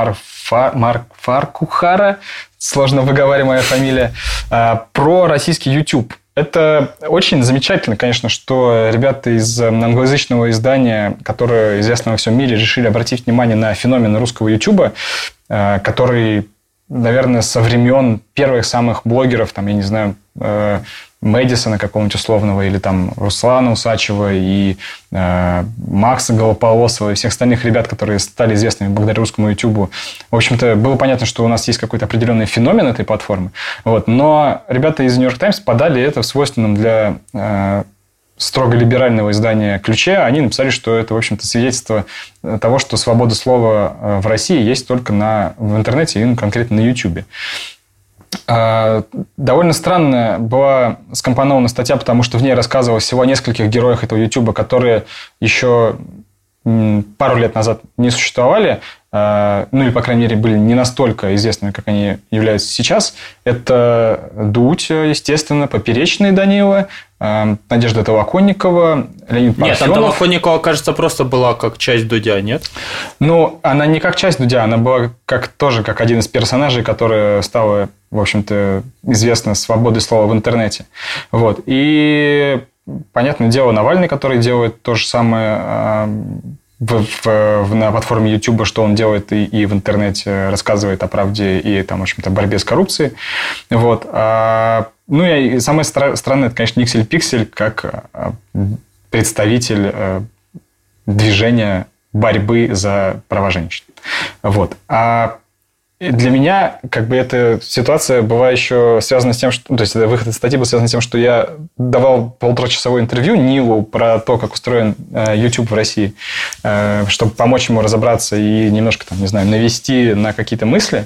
Фаркухара, сложно выговариваемая фамилия, про российский YouTube. Это очень замечательно, конечно, что ребята из англоязычного издания, которое известно во всем мире, решили обратить внимание на феномен русского YouTube, который, наверное, со времен первых самых блогеров, там, я не знаю, Мэдисона какого-нибудь условного, или там Руслана Усачева, и Макса Голополосова, и всех остальных ребят, которые стали известными благодаря русскому YouTube. В общем-то, было понятно, что у нас есть какой-то определенный феномен этой платформы. Вот. Но ребята из New York Times подали это в свойственном для строго либерального издания ключе. Они написали, что это, в общем-то, свидетельство того, что свобода слова в России есть только в интернете и конкретно на YouTube. Довольно странно была скомпонована статья, потому что в ней рассказывалось всего о нескольких героях этого YouTube, которые еще пару лет назад не существовали, ну или, по крайней мере, были не настолько известными, как они являются сейчас. Это Дудь, естественно, Поперечный Данила, Надежда Толоконникова, Леонид Парфенов. Нет, там Толоконникова, кажется, просто была как часть Дудя, нет? Ну, она не как часть Дудя, она была тоже как один из персонажей, который стала, в общем-то, известна свободой слова в интернете. Вот. И, понятное дело, Навальный, который делает то же самое на платформе YouTube, что он делает и в интернете, рассказывает о правде и, там, в общем-то, борьбе с коррупцией. Вот. Ну и самое странное, это, конечно, Никсель Пиксель, как представитель движения борьбы за права женщин. Вот. А для меня, как бы, эта ситуация была еще связана с тем, что... То есть, выход из статьи был связан с тем, что я давал полуторачасовое интервью Нилу про то, как устроен YouTube в России, чтобы помочь ему разобраться и немножко, там, не знаю, навести на какие-то мысли.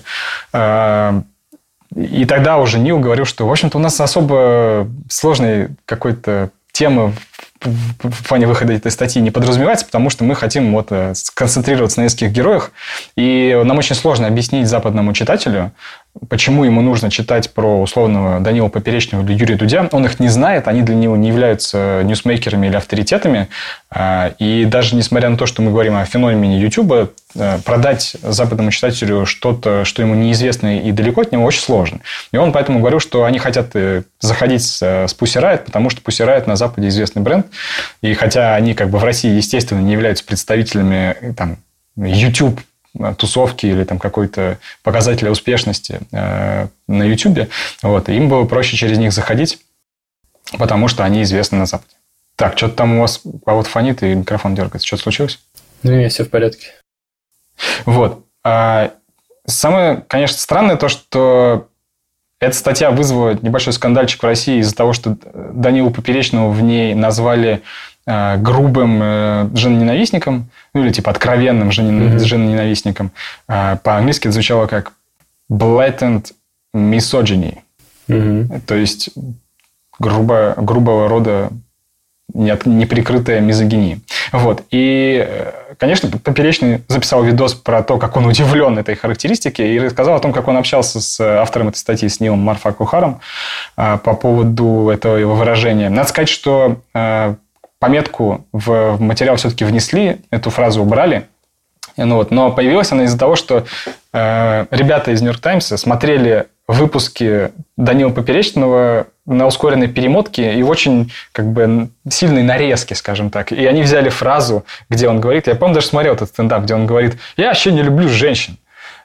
И тогда уже Нил говорил, что, в общем-то, у нас особо сложной какой-то темы в плане выхода этой статьи не подразумевается, потому что мы хотим вот сконцентрироваться на нескольких героях. И нам очень сложно объяснить западному читателю, почему ему нужно читать про условного Данила Поперечного или Юрия Дудя. Он их не знает, они для него не являются ньюсмейкерами или авторитетами. И даже несмотря на то, что мы говорим о феномене YouTube, продать западному читателю что-то, что ему неизвестно и далеко от него, очень сложно. И он поэтому говорил, что они хотят заходить с Pussy Riot, потому что Pussy Riot на Западе известный бренд. И хотя они как бы в России, естественно, не являются представителями там, YouTube тусовки или там какой-то показателя успешности на YouTube, вот, им было проще через них заходить, потому что они известны на Западе. Так, что-то там у вас кого-то фонит и микрофон дергается. Что-то случилось? Ну, у меня все в порядке. Вот. Самое, конечно, странное то, что эта статья вызвала небольшой скандальчик в России из-за того, что Данилу Поперечного в ней назвали грубым женоненавистником, ну или типа откровенным женоненавистником. По-английски это звучало как blatant misogyny. То есть грубого рода неприкрытая мизогиния. Вот. И, конечно, Поперечный записал видос про то, как он удивлен этой характеристике, и рассказал о том, как он общался с автором этой статьи, с Нилом Фаркухаром, по поводу этого его выражения. Надо сказать, что пометку в материал все-таки внесли, эту фразу убрали, Но появилась она из-за того, что ребята из «Нью-Йорк Таймса» смотрели выпуски Данила Поперечного на ускоренной перемотке и очень сильной нарезке, скажем так. И они взяли фразу, где он говорит, я, по-моему, даже смотрел этот стендап, где он говорит, я вообще не люблю женщин.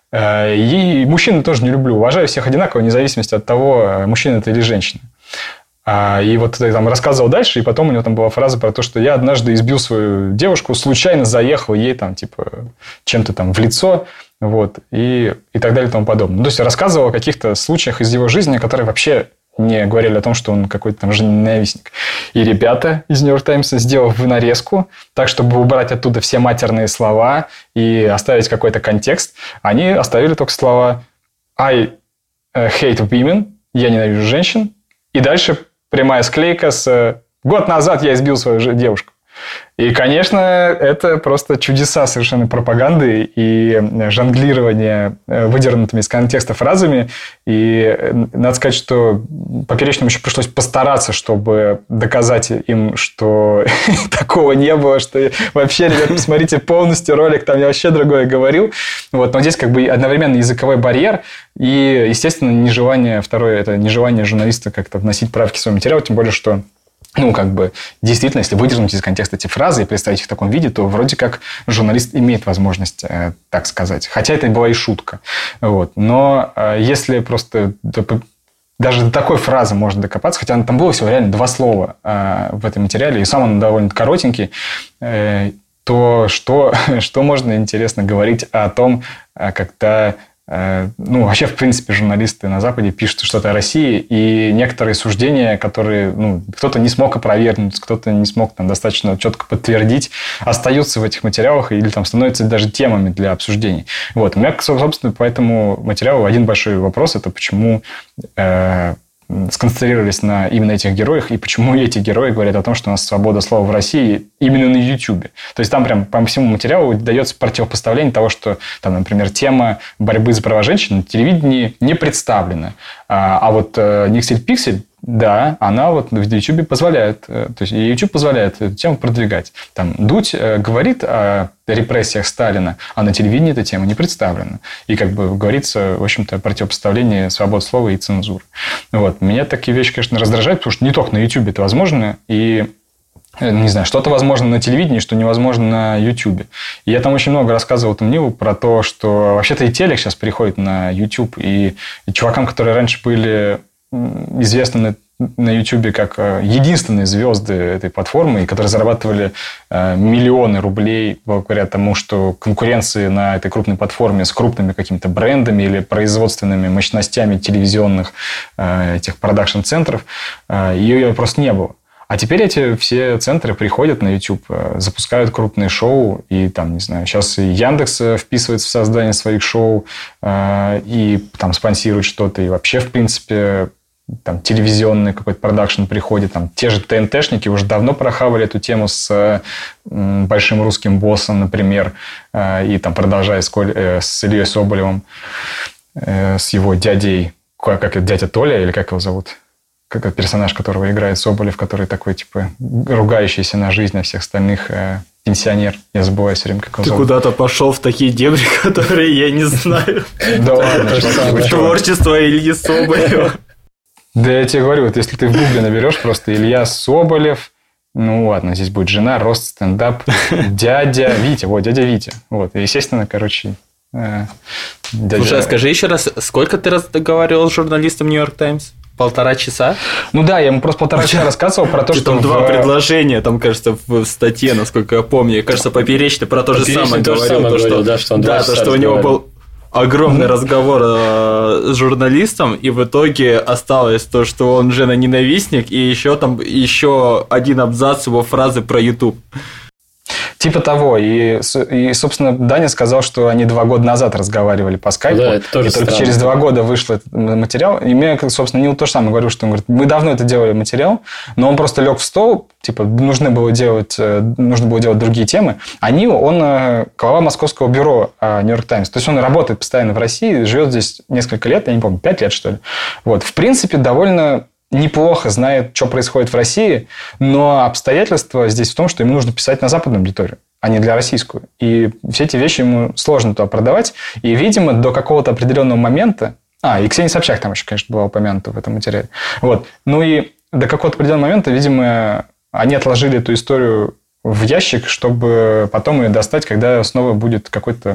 И мужчин тоже не люблю. Уважаю всех одинаково, вне зависимости от того, мужчина это или женщина. И вот я там рассказывал дальше, и потом у него там была фраза про то, что я однажды избил свою девушку, случайно заехал ей там, чем-то там в лицо, и так далее и тому подобное. То есть, рассказывал о каких-то случаях из его жизни, которые вообще не говорили о том, что он какой-то там женоненавистник. И ребята из «Нью-Йорк Таймса», сделав нарезку, так, чтобы убрать оттуда все матерные слова и оставить какой-то контекст, они оставили только слова «I hate women», «Я ненавижу женщин», и дальше прямая склейка с «Год назад я избил свою девушку». И, конечно, это просто чудеса совершенно пропаганды и жонглирования выдернутыми из контекста фразами. И надо сказать, что Поперечному еще пришлось постараться, чтобы доказать им, что такого не было, что вообще, ребят, посмотрите полностью ролик, там я вообще другое говорил. Но здесь одновременно языковой барьер и, естественно, нежелание журналиста как-то вносить правки в свой материал, тем более, что действительно, если выдернуть из контекста эти фразы и представить их в таком виде, то вроде как журналист имеет возможность так сказать. Хотя это была и шутка. Но если просто даже до такой фразы можно докопаться, хотя там было всего реально 2 слова в этом материале, и сам он довольно коротенький, то что можно интересно говорить о том, когда... вообще, в принципе, журналисты на Западе пишут что-то о России, и некоторые суждения, которые кто-то не смог опровергнуть, кто-то не смог достаточно четко подтвердить, остаются в этих материалах или становятся даже темами для обсуждений. У меня, собственно, по этому материалу один большой вопрос – это почему сконцентрировались на именно этих героях, и почему эти герои говорят о том, что у нас свобода слова в России именно на YouTube. То есть, там прям по всему материалу дается противопоставление того, что, там, например, тема борьбы за права женщин на телевидении не представлена. А Никсель Пиксель, да, она в YouTube позволяет, то есть YouTube позволяет эту тему продвигать. Там Дудь говорит о репрессиях Сталина, а на телевидении эта тема не представлена. И говорится, в общем-то, противопоставление свободы слова и цензуры. Меня такие вещи, конечно, раздражают, потому что не только на YouTube это возможно, и не знаю, что-то возможно на телевидении, что невозможно на YouTube. И я там очень много рассказывал Нилу про то, что вообще-то и телек сейчас переходит на YouTube, и чувакам, которые раньше были известны на YouTube как единственные звезды этой платформы, которые зарабатывали миллионы рублей благодаря тому, что конкуренции на этой крупной платформе с крупными какими-то брендами или производственными мощностями телевизионных этих продакшн-центров, ее просто не было. А теперь эти все центры приходят на YouTube, запускают крупные шоу, и там, не знаю, сейчас и Яндекс вписывается в создание своих шоу, и там спонсирует что-то, и вообще, в принципе, там телевизионный какой-то продакшн приходит, там те же ТНТшники уже давно прохавали эту тему с большим русским боссом, например, и там продолжая с Ильей Соболевым, с его дядей, как это, дядя Толя, или как его зовут? Как персонаж, которого играет Соболев, который такой, ругающийся на жизнь, а всех остальных пенсионер. Я забываю все время, как его зовут. Ты куда-то пошел в такие дебри, которые я не знаю. Да ладно. Творчество Ильи Соболева. Да я тебе говорю, если ты в гугле наберешь просто Илья Соболев, ладно, здесь будет жена, рост, стендап, дядя Витя. Дядя Витя. И, естественно, Слушай, а скажи еще раз, сколько ты раз договаривал с журналистом «Нью-Йорк Таймс»? 1,5 часа? Да, я ему просто 1,5 часа рассказывал про то, что... Там 2 предложения, там, кажется, в статье, насколько я помню. Кажется, Поперечный про то же самое говорил. Что у него был огромный разговор с журналистом, и в итоге осталось то, что он женоненавистник, и еще один абзац его фразы про YouTube. Типа того. И, собственно, Даня сказал, что они 2 года назад разговаривали по скайпу. Да, это тоже и только через 2 года вышел этот материал. И мне, собственно, Нил то же самое говорил, что он говорит, мы давно это делали материал, но он просто лег в стол, нужно было делать другие темы. Он глава московского бюро «Нью-Йорк Таймс». То есть, он работает постоянно в России, живет здесь несколько лет, я не помню, 5 лет, что ли. В принципе, довольно неплохо знает, что происходит в России, но обстоятельства здесь в том, что ему нужно писать на западную аудиторию. а не для российскую. И все эти вещи ему сложно туда продавать. И, видимо, до какого-то определенного момента... и Ксения Собчак там еще, конечно, была упомянута в этом материале. Вот. Ну и до какого-то определенного момента, видимо, они отложили эту историю в ящик, чтобы потом ее достать, когда снова будет какой-то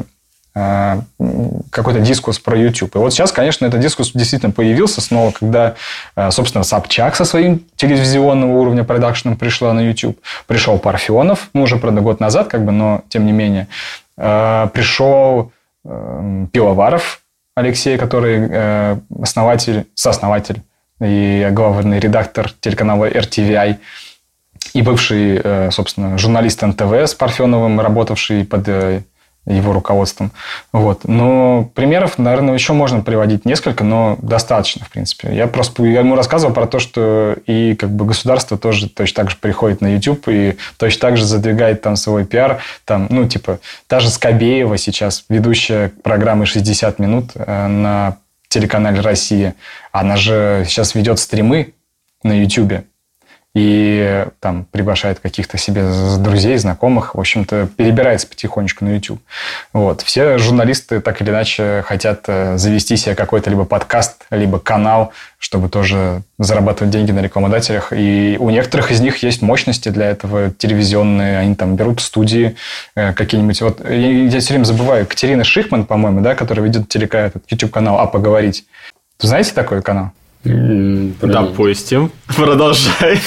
дискурс про YouTube. И вот сейчас, конечно, этот дискурс действительно появился снова, когда, собственно, Собчак со своим телевизионного уровня продакшеном пришла на YouTube. Пришел Парфенов, уже, правда, год назад, но тем не менее. Пришел Пивоваров Алексей, который сооснователь и главный редактор телеканала RTVI. И бывший, собственно, журналист НТВ с Парфеновым, работавший под его руководством. Вот. Но примеров, наверное, еще можно приводить несколько, но достаточно, в принципе. Я ему рассказывал про то, что и государство тоже точно так же приходит на YouTube и точно так же задвигает там свой пиар. Там, та же Скобеева сейчас, ведущая программы «60 минут» на телеканале «Россия». Она же сейчас ведет стримы на YouTube. И там приглашает каких-то себе друзей, знакомых. В общем-то, перебирается потихонечку на YouTube. Вот. Все журналисты так или иначе хотят завести себе какой-то либо подкаст, либо канал, чтобы тоже зарабатывать деньги на рекламодателях. И у некоторых из них есть мощности для этого телевизионные. Они там берут студии какие-нибудь. Вот я все время забываю. Катерина Шихман, по-моему, да, которая ведет этот YouTube-канал «А поговорить». Вы знаете такой канал? Допустим. Продолжай.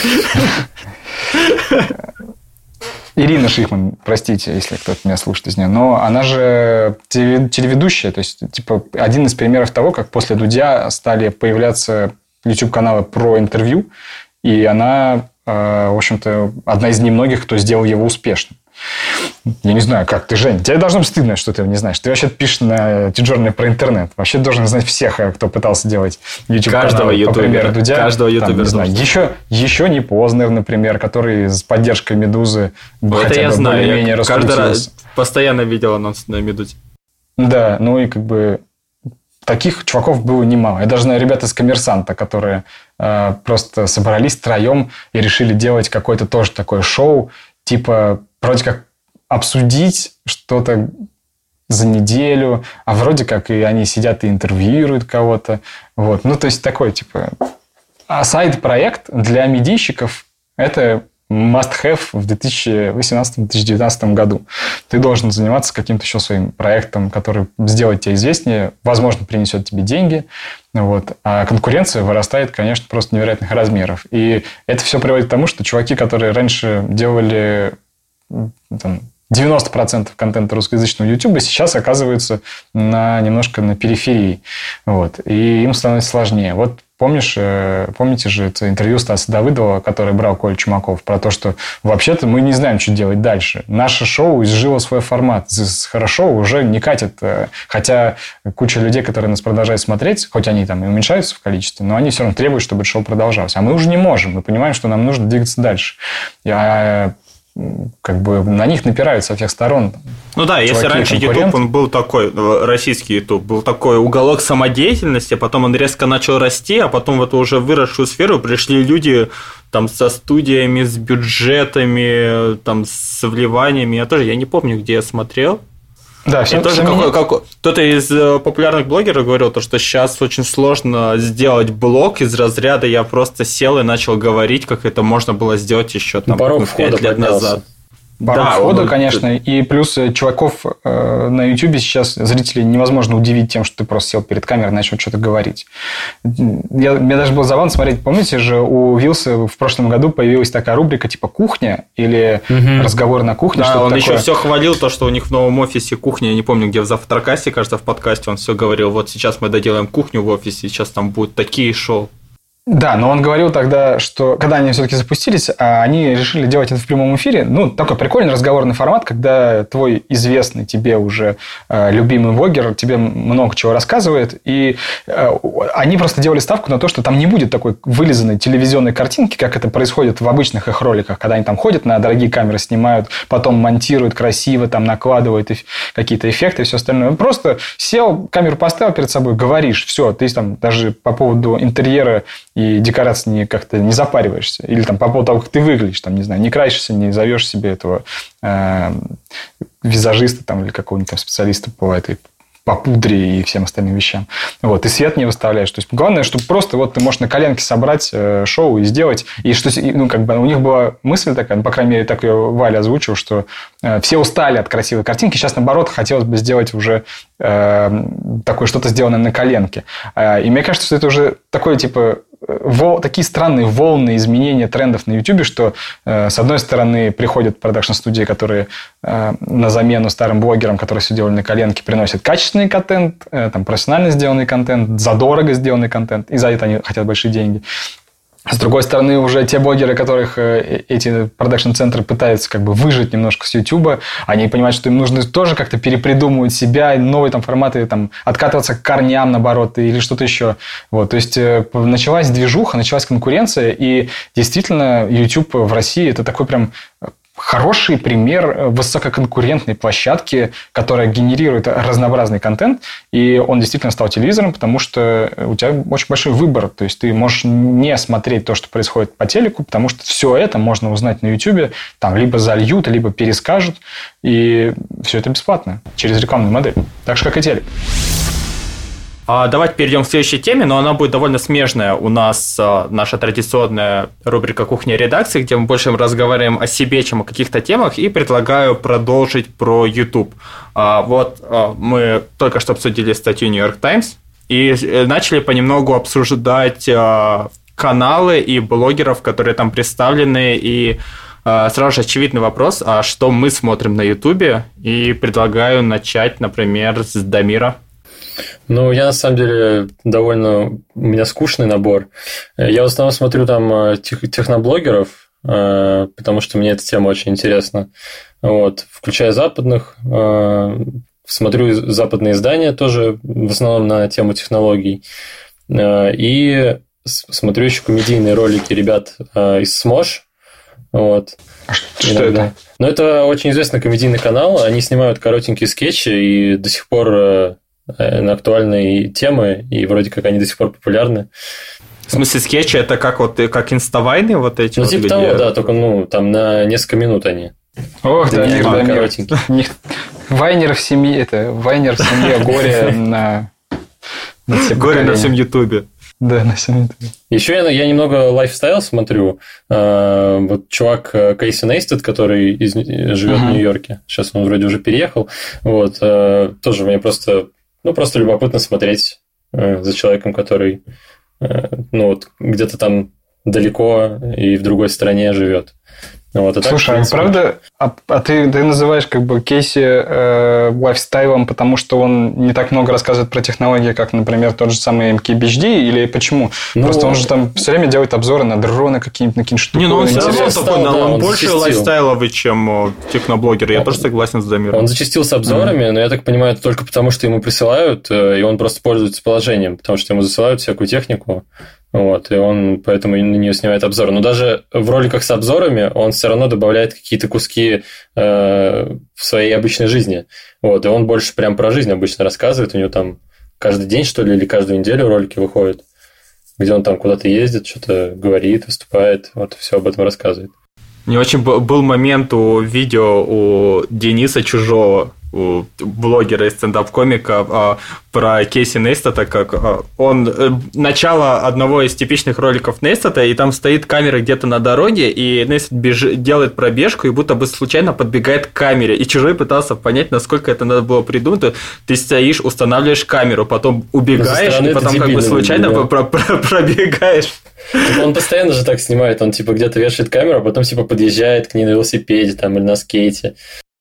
Ирина Шихман, простите, если кто-то меня слушает из нее, но она же телеведущая, то есть один из примеров того, как после Дудя стали появляться YouTube-каналы про интервью, и она, в общем-то, одна из немногих, кто сделал его успешным. Я не знаю, как ты, Жень. Тебе должно быть стыдно, что ты его не знаешь. Ты вообще пишешь на Тиджорне про интернет. Вообще должен знать всех, кто пытался делать YouTube-канал, по примеру Дудя. Каждого ютубера. Еще не Познер, например, который с поддержкой «Медузы» хотя бы более-менее раскрутился. Каждый раз постоянно видел анонс на «Медузе». Да, и таких чуваков было немало. Я даже знаю ребят из «Коммерсанта», которые просто собрались втроем и решили делать какое-то тоже такое шоу, вроде как обсудить что-то за неделю, а вроде как и они сидят и интервьюируют кого-то. Вот. То есть такой, сайд-проект для медийщиков – это must-have в 2018-2019 году. Ты должен заниматься каким-то еще своим проектом, который сделает тебя известнее, возможно, принесет тебе деньги. Вот. А конкуренция вырастает, конечно, просто невероятных размеров. И это все приводит к тому, что чуваки, которые раньше делали 90% контента русскоязычного YouTube, сейчас оказываются немножко на периферии. Вот. И им становится сложнее. Вот помните же это интервью Стаса Давыдова, которое брал Коля Чумаков, про то, что вообще-то мы не знаем, что делать дальше. Наше шоу изжило свой формат. Хорошо уже не катит. Хотя куча людей, которые нас продолжают смотреть, хоть они там и уменьшаются в количестве, но они все равно требуют, чтобы это шоу продолжалось. А мы уже не можем. Мы понимаем, что нам нужно двигаться дальше. На них напирают со всех сторон. Если раньше YouTube, он был такой, российский YouTube, был такой уголок самодеятельности, а потом он резко начал расти, а потом в эту уже выросшую сферу пришли люди там со студиями, с бюджетами, там с вливаниями. Я не помню, где я смотрел. Да, все тоже кто-то из популярных блогеров говорил, что сейчас очень сложно сделать блог из разряда «я просто сел и начал говорить, как это можно было сделать еще 5 лет назад». Порог входа, конечно. И плюс чуваков на YouTube сейчас зрителей невозможно удивить тем, что ты просто сел перед камерой и начал что-то говорить. Мне даже было забавно смотреть. Помните же, у Вилса в прошлом году появилась такая рубрика типа «Кухня» или «Разговор на кухне». Да, он еще все хвалил, то, что у них в новом офисе кухня. Я не помню, где в Завтракасте, кажется, в подкасте он все говорил. Вот сейчас мы доделаем кухню в офисе, сейчас там будут такие шоу. Да, но он говорил тогда, что когда они все-таки запустились, они решили делать это в прямом эфире. Такой прикольный разговорный формат, когда твой известный тебе уже любимый блогер тебе много чего рассказывает. И они просто делали ставку на то, что там не будет такой вылизанной телевизионной картинки, как это происходит в обычных их роликах, когда они там ходят на дорогие камеры, снимают, потом монтируют красиво, там накладывают какие-то эффекты и все остальное. Он просто сел, камеру поставил перед собой, говоришь, все, ты там даже по поводу интерьера и декорации как-то не запариваешься. Или там по поводу того, как ты выглядишь, там, не знаю, не красишься, не зовешь себе этого визажиста там, или какого-нибудь там специалиста по этой по пудре и всем остальным вещам. Вот, и свет не выставляешь. То есть, главное, чтобы просто вот ты можешь на коленке собрать шоу и сделать. И что, ну, как бы у них была мысль такая, ну, по крайней мере, так ее Валя озвучил, что все устали от красивой картинки. Сейчас, наоборот, хотелось бы сделать уже такое что-то сделанное на коленке. И мне кажется, что это уже такое, типа, такие странные волны изменения трендов на YouTube, что с одной стороны приходят продакшн-студии, которые на замену старым блогерам, которые все делали на коленке, приносят качественный контент, там, профессионально сделанный контент, задорого сделанный контент, и за это они хотят большие деньги. С другой стороны, уже те блогеры, которых эти продакшн-центры пытаются как бы выжать немножко с YouTube, они понимают, что им нужно тоже как-то перепридумывать себя, новые там форматы, там, откатываться к корням, наоборот, или что-то еще. Вот, то есть, началась движуха, началась конкуренция, и действительно YouTube в России – это такой прям хороший пример высококонкурентной площадки, которая генерирует разнообразный контент, и он действительно стал телевизором, потому что у тебя очень большой выбор, то есть ты можешь не смотреть то, что происходит по телеку, потому что все это можно узнать на YouTube, там либо зальют, либо перескажут, и все это бесплатно через рекламную модель, так же, как и телек. Давайте перейдем к следующей теме, но она будет довольно смежная. У нас наша традиционная рубрика «Кухня редакции», где мы больше разговариваем о себе, чем о каких-то темах, и предлагаю продолжить про YouTube. Вот мы только что обсудили статью New York Times и начали понемногу обсуждать каналы и блогеров, которые там представлены, и сразу же очевидный вопрос, а что мы смотрим на YouTube? И предлагаю начать, например, с Дамира. Ну, я, на самом деле, у меня скучный набор. Я в основном смотрю там техноблогеров, потому что мне эта тема очень интересна. Вот. Включая западных, смотрю западные издания тоже, в основном на тему технологий. И смотрю еще комедийные ролики ребят из Smosh. Вот. Что это? Но это очень известный комедийный канал. Они снимают коротенькие скетчи и до сих пор на актуальные темы, и вроде как они до сих пор популярны. В смысле, скетчи это как инставайны вот эти? Ну, вот, типа где... того, да, только там на несколько минут они. Ох, да, коротенькие. Вайнер в семье, горе на... Горе на всем Ютубе. Да, на всем Ютубе. Еще я немного лайфстайл смотрю. Вот чувак Кейси Нейстат, который живет в Нью-Йорке. Сейчас он вроде уже переехал. Вот. Тоже мне просто любопытно смотреть за человеком, который где-то там далеко и в другой стране живет. Вот, слушай, так, правда, ты называешь как бы Кейси лайфстайлом, потому что он не так много рассказывает про технологии, как, например, тот же самый MKBHD, или почему? Просто он же там все время делает обзоры на дроны какие-нибудь, на какие-то штуки. Не, он все равно такой, он больше лайфстайловый, чем техноблогер. Я тоже согласен с Дамиром. Он зачастил с обзорами, но я так понимаю, это только потому, что ему присылают, и он просто пользуется положением, потому что ему засылают всякую технику. Вот, и он поэтому на нее снимает обзоры. Но даже в роликах с обзорами он все равно добавляет какие-то куски в своей обычной жизни. Вот, и он больше прям про жизнь обычно рассказывает. У него там каждый день, что ли, или каждую неделю ролики выходят, где он там куда-то ездит, что-то говорит, выступает, вот, все об этом рассказывает. Мне очень был момент у видео у Дениса Чужого, у блогера и стендап-комика, про Кейси Нейстата, как он... Начало одного из типичных роликов Нейстата, и там стоит камера где-то на дороге, и Нейстат делает пробежку, и будто бы случайно подбегает к камере, и Чужой пытался понять, насколько это надо было придумать. Ты стоишь, устанавливаешь камеру, потом убегаешь, и потом как бы случайно пробегаешь. Он постоянно же так снимает, он типа где-то вешает камеру, а потом типа подъезжает к ней на велосипеде там, или на скейте.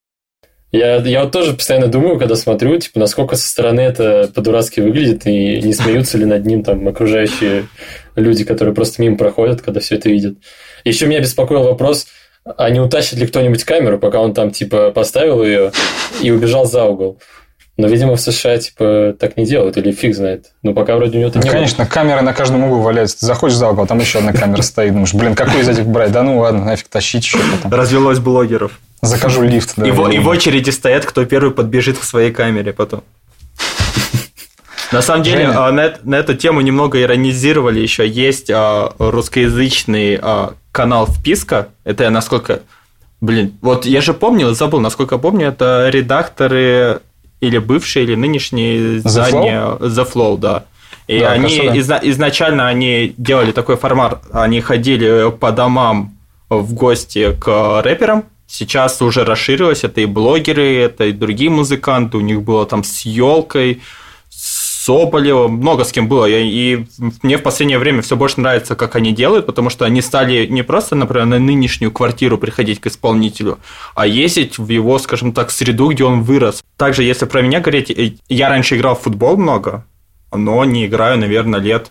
Я вот тоже постоянно думаю, когда смотрю, типа, насколько со стороны это по-дурацки выглядит, и не смеются ли над ним там окружающие люди, которые просто мимо проходят, когда все это видят. Еще меня беспокоил вопрос, а не утащит ли кто-нибудь камеру, пока он там, типа, поставил ее и убежал за угол. Но, видимо, в США, типа, так не делают, или фиг знает. Но пока вроде у него это не конечно, камеры на каждом углу валяются. Ты заходишь за угол, а там еще одна камера стоит. Думаешь, какую из этих брать? Да ну ладно, нафиг тащить еще потом. Развелось блогеров. Закажу лифт. Да, и в очереди стоят, кто первый подбежит к своей камере потом. На самом деле, на эту тему немного иронизировали еще. Есть русскоязычный канал «Вписка». Это я насколько... вот я же помню, забыл, насколько помню, это редакторы или бывшие, или нынешние издания The Flow, да. И да, они изначально они делали такой формат, они ходили по домам в гости к рэперам. Сейчас уже расширилось, это и блогеры, это и другие музыканты, у них было там с Ёлкой, с Соболевым, много с кем было. И мне в последнее время все больше нравится, как они делают, потому что они стали не просто, например, на нынешнюю квартиру приходить к исполнителю, а ездить в его, скажем так, среду, где он вырос. Также, если про меня говорить, я раньше играл в футбол много, но не играю, наверное, лет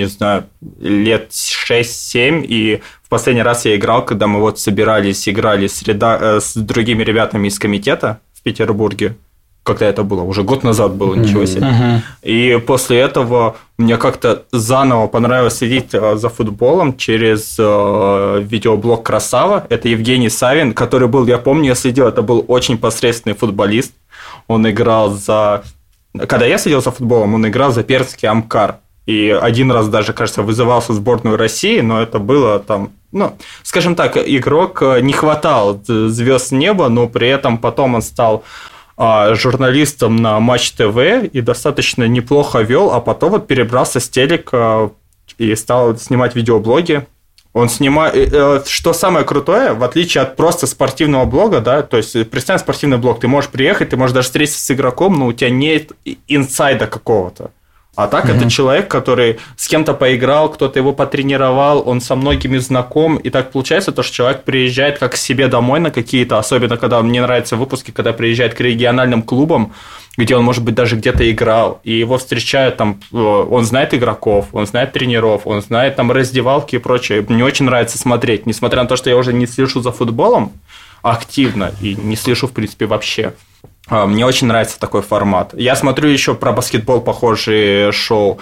6-7, и в последний раз я играл, когда мы вот собирались, играли с другими ребятами из комитета в Петербурге. Когда это было? Уже год назад было, ничего себе. И после этого мне как-то заново понравилось следить за футболом через видеоблог «Красава». Это Евгений Савин, который был, я помню, я следил, это был очень посредственный футболист. Он играл за... Когда я следил за футболом, он играл за Пермский Амкар. И один раз даже, кажется, вызывался в сборную России, но это было там, скажем так, игрок не хватал звезд неба, но при этом потом он стал журналистом на Матч ТВ и достаточно неплохо вел, а потом вот перебрался с телека и стал снимать видеоблоги. Он снимает... Что самое крутое, в отличие от просто спортивного блога, да, то есть, представь спортивный блог, ты можешь приехать, ты можешь даже встретиться с игроком, но у тебя нет инсайда какого-то. А так это человек, который с кем-то поиграл, кто-то его потренировал, он со многими знаком, и так получается то, что человек приезжает как к себе домой на какие-то, особенно когда мне нравятся выпуски, когда приезжает к региональным клубам, где он, может быть, даже где-то играл, и его встречают там, он знает игроков, он знает тренеров, он знает там раздевалки и прочее. Мне очень нравится смотреть, несмотря на то, что я уже не слежу за футболом активно и не слежу, в принципе, вообще. Мне очень нравится такой формат. Я смотрю еще про баскетбол похожие шоу.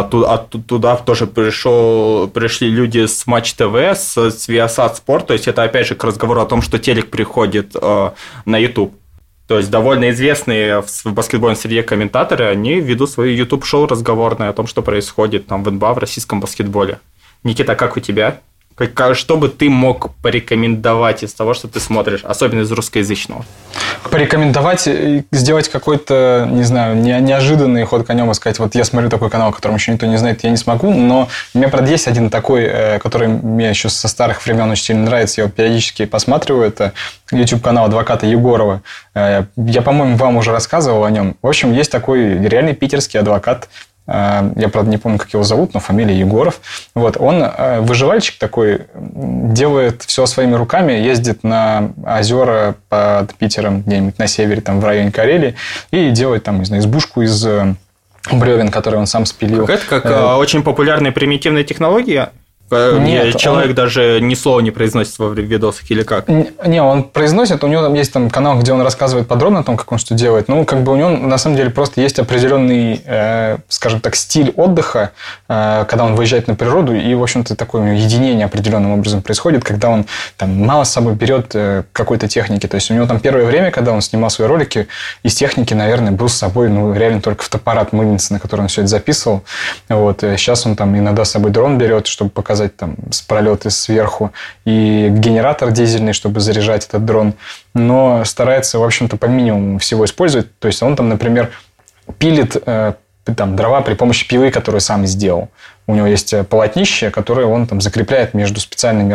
Туда тоже пришли люди с Матч ТВ, с Viasat Sport. То есть это опять же к разговору о том, что телек приходит на YouTube. То есть довольно известные в баскетбольной среде комментаторы, они ведут свое YouTube-шоу разговорное о том, что происходит там в НБА, в российском баскетболе. Никита, как у тебя? Что бы ты мог порекомендовать из того, что ты смотришь, особенно из русскоязычного? Порекомендовать, сделать какой-то, не знаю, неожиданный ход конем и сказать, вот я смотрю такой канал, которым еще никто не знает, я не смогу, но у меня, правда, есть один такой, который мне еще со старых времен очень сильно нравится, я его периодически посматриваю, это YouTube-канал адвоката Егорова. Я, по-моему, вам уже рассказывал о нем. В общем, есть такой реальный питерский адвокат. Я, правда, не помню, как его зовут, но фамилия Егоров. Вот, он выживальщик такой, делает все своими руками, ездит на озера под Питером, где-нибудь на севере, там, в районе Карелии, и делает там, не знаю, избушку из бревен, которые он сам спилил. Это очень популярная примитивная технология? Нет, человек даже ни слова не произносит во видосах или как? Не, он произносит, у него там есть там канал, где он рассказывает подробно о том, как он что делает. Ну, как бы у него на самом деле просто есть определенный, скажем так, стиль отдыха, когда он выезжает на природу, и, в общем-то, такое единение определенным образом происходит, когда он там мало с собой берет какой-то техники. То есть у него там первое время, когда он снимал свои ролики, из техники, наверное, был с собой, реально только фотоаппарат мыльницы, на который он все это записывал. Вот. Сейчас он там иногда с собой дрон берет, чтобы показать там с пролеты сверху, и генератор дизельный, чтобы заряжать этот дрон, но старается, в общем-то, по минимуму всего использовать. То есть он там, например, пилит там дрова при помощи пилы, которую сам сделал. У него есть полотнище, которое он там закрепляет между специальными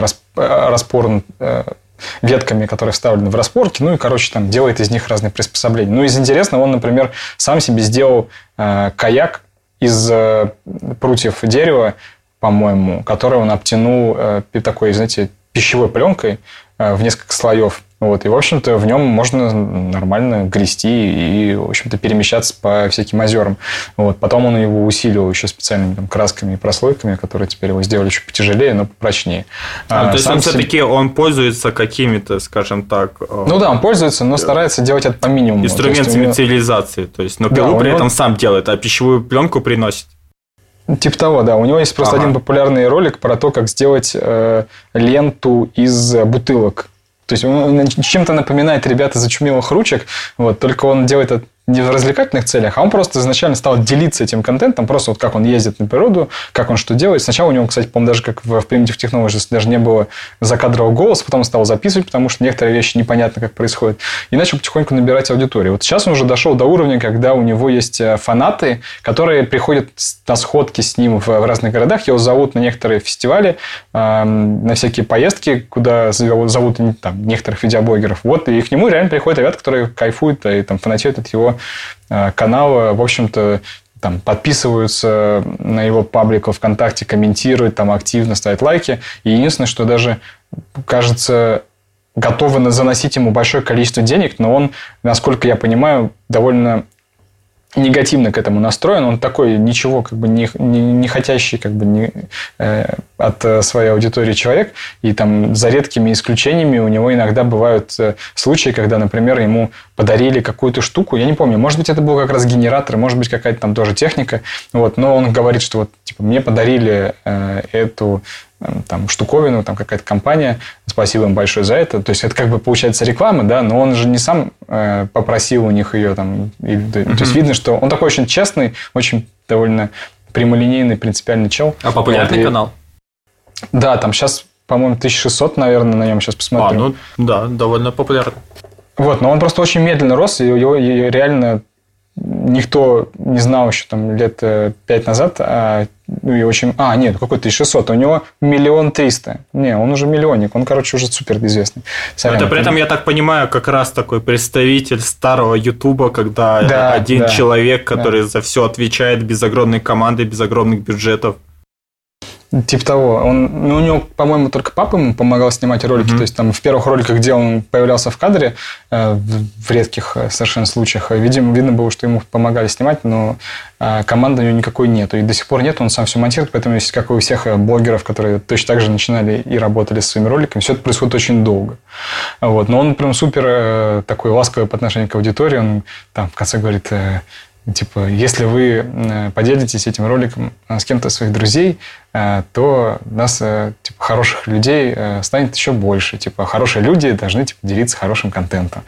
ветками, которые вставлены в распорки, ну и, короче, там делает из них разные приспособления. Ну, из интересного, он, например, сам себе сделал каяк из прутьев дерева, по-моему, который он обтянул такой, знаете, пищевой пленкой в несколько слоев. Вот. И, в общем-то, в нем можно нормально грести и, в общем-то, перемещаться по всяким озерам. Вот. Потом он его усилил еще специальными там, красками и прослойками, которые теперь его сделали еще потяжелее, но попрочнее. То есть, он все-таки он пользуется какими-то, скажем так... Ну да, он пользуется, но старается делать это по минимуму. Инструментами цивилизации. То есть, но пилу при этом сам делает, а пищевую пленку приносит. Типа того, да. У него есть просто один популярный ролик про то, как сделать ленту из бутылок. То есть он чем-то напоминает ребят из «Очумелых ручек», вот, только он делает это не в развлекательных целях, а он просто изначально стал делиться этим контентом, просто вот как он ездит на природу, как он что делает. Сначала у него, кстати, по-моему, даже как в Primitive Technologies даже не было закадрового голоса, потом он стал записывать, потому что некоторые вещи непонятно, как происходят, и начал потихоньку набирать аудиторию. Вот сейчас он уже дошел до уровня, когда у него есть фанаты, которые приходят на сходки с ним в разных городах, его зовут на некоторые фестивали, на всякие поездки, куда зовут там, некоторых видеоблогеров. Вот, и к нему реально приходят ребята, которые кайфуют и там, фанатеют от его канала, в общем-то, там, подписываются на его паблик ВКонтакте, комментируют, там, активно ставят лайки. И единственное, что даже, кажется, готовы заносить ему большое количество денег, но он, насколько я понимаю, довольно негативно к этому настроен. Он такой ничего как бы не хотящий как бы от своей аудитории человек. И там за редкими исключениями у него иногда бывают случаи, когда, например, ему подарили какую-то штуку. Я не помню, может быть, это был как раз генератор, может быть, какая-то там тоже техника. Вот, но он говорит, что вот, типа, мне подарили эту там, штуковину, там какая-то компания, спасибо им большое за это. То есть, это как бы получается реклама, да, но он же не сам попросил у них ее там. То есть, видно, что он такой очень честный, очень довольно прямолинейный, принципиальный чел. А популярный канал? Да, там сейчас, по-моему, 1600, наверное, на нем сейчас посмотрю. Ну да, довольно популярный. Вот, но он просто очень медленно рос, и его реально никто не знал еще там лет 5 назад, и очень... нет, какой 1600, у него 1 300 000. Не, он уже миллионник, он, короче, уже супер известный. Это при этом, я так понимаю, как раз такой представитель старого Ютуба, когда один человек, который за все отвечает без огромной команды, без огромных бюджетов. Типа того. У него, по-моему, только папа ему помогал снимать ролики. То есть, там в первых роликах, где он появлялся в кадре, в редких совершенно случаях, видно было, что ему помогали снимать, но команды у него никакой нету. И до сих пор нет, он сам все монтирует, поэтому, как и у всех блогеров, которые точно так же начинали и работали со своими роликами, все это происходит очень долго. Вот. Но он прям супер такой ласковый по отношению к аудитории. Он там в конце говорит... Типа, если вы поделитесь этим роликом с кем-то из своих друзей, то у нас типа, хороших людей станет еще больше. Типа, хорошие люди должны типа, делиться хорошим контентом.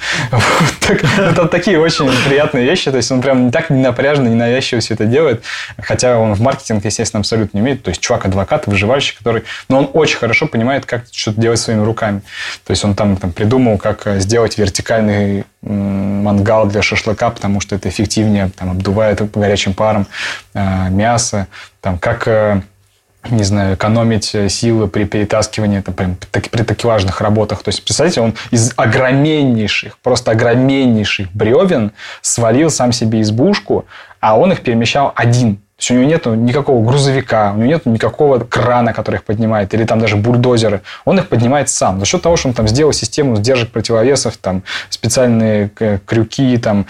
Это такие очень приятные вещи. То есть, он прям так ненапряжно, ненавязчиво все это делает. Хотя он в маркетинг, естественно, абсолютно не умеет. То есть, чувак-адвокат, выживальщик, который... Но он очень хорошо понимает, как что-то делать своими руками. То есть, он там придумал, как сделать вертикальный мангал для шашлыка, потому что это эффективнее, там, обдувает горячим паром мясо, там, как, не знаю, экономить силы при перетаскивании, там, при таких важных работах. То есть, представляете, он из просто огромнейших бревен свалил сам себе избушку, а он их перемещал один. То есть, у него нет никакого грузовика, у него нет никакого крана, который их поднимает, или там даже бульдозеры. Он их поднимает сам. За счет того, что он там сделал систему сдержек противовесов, там, специальные крюки, там,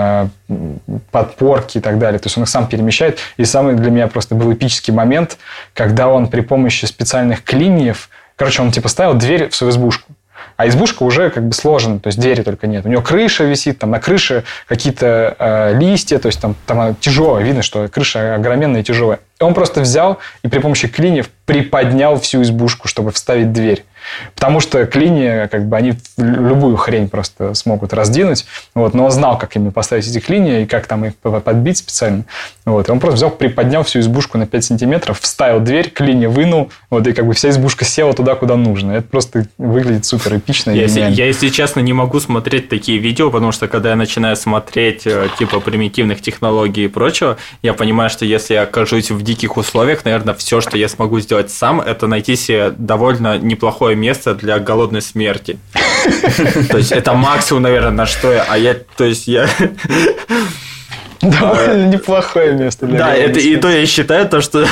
подпорки и так далее. То есть, он их сам перемещает. И самый для меня просто был эпический момент, когда он при помощи специальных клиньев... Короче, он типа ставил дверь в свою избушку. А избушка уже как бы сложена, то есть двери только нет. У него крыша висит, там на крыше какие-то листья, то есть там тяжелая, видно, что крыша огроменная и тяжелая. И он просто взял и при помощи клиньев приподнял всю избушку, чтобы вставить дверь. Потому что клинья, как бы, они любую хрень просто смогут раздвинуть. Вот, но он знал, как ими поставить эти клинья и как там их подбить специально. Вот, и он просто взял, приподнял всю избушку на 5 сантиметров, вставил дверь, клинья вынул, вот, и как бы вся избушка села туда, куда нужно. Это просто выглядит супер эпично. Я, если честно, не могу смотреть такие видео, потому что когда я начинаю смотреть типа примитивных технологий и прочего, я понимаю, что если я окажусь в диких условиях, наверное, все, что я смогу сделать сам, это найти себе довольно неплохое место для голодной смерти. То есть, это максимум, наверное, на что я... Довольно неплохое место для голодной смерти. Да, и то я считаю, то, что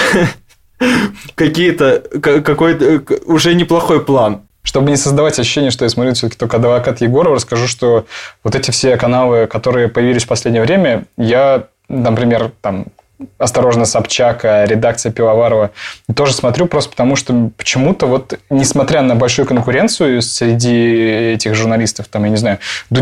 какой-то уже неплохой план. Чтобы не создавать ощущение, что я смотрю все-таки только «Адвокат Егорова», расскажу, что вот эти все каналы, которые появились в последнее время, я, например, там «Осторожно, Собчак», редакция Пивоварова. Тоже смотрю просто потому, что почему-то вот, несмотря на большую конкуренцию среди этих журналистов, там, я не знаю, про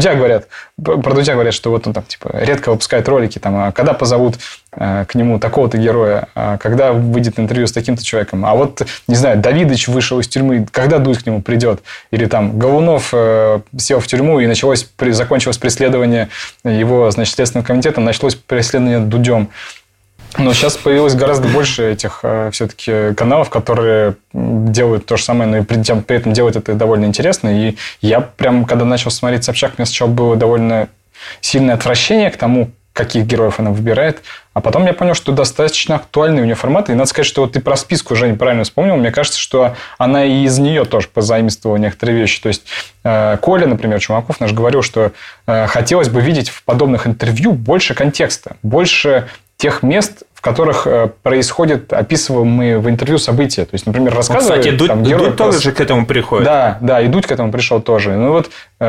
Дудя говорят, что вот он там, типа, редко выпускает ролики, там, а когда позовут к нему такого-то героя, а когда выйдет интервью с таким-то человеком, а вот, не знаю, Давидыч вышел из тюрьмы, когда Дудь к нему придет, или там Голунов сел в тюрьму и закончилось преследование его, значит, Следственным комитетом, началось преследование Дудем. Но сейчас появилось гораздо больше этих все-таки каналов, которые делают то же самое, но и при этом делают это довольно интересно. И я прям, когда начал смотреть Собчак, мне сначала было довольно сильное отвращение к тому, каких героев она выбирает. А потом я понял, что достаточно актуальный у нее формат. И надо сказать, что вот ты про списку уже неправильно вспомнил. Мне кажется, что она и из нее тоже позаимствовала некоторые вещи. То есть Коля, например, Чумаков наш говорил, что хотелось бы видеть в подобных интервью больше контекста, больше тех мест, в которых происходят описываемые в интервью события. То есть, например, рассказывает... Кстати, Дудь тоже к этому приходит. Да, и Дудь к этому пришел тоже. Ну вот,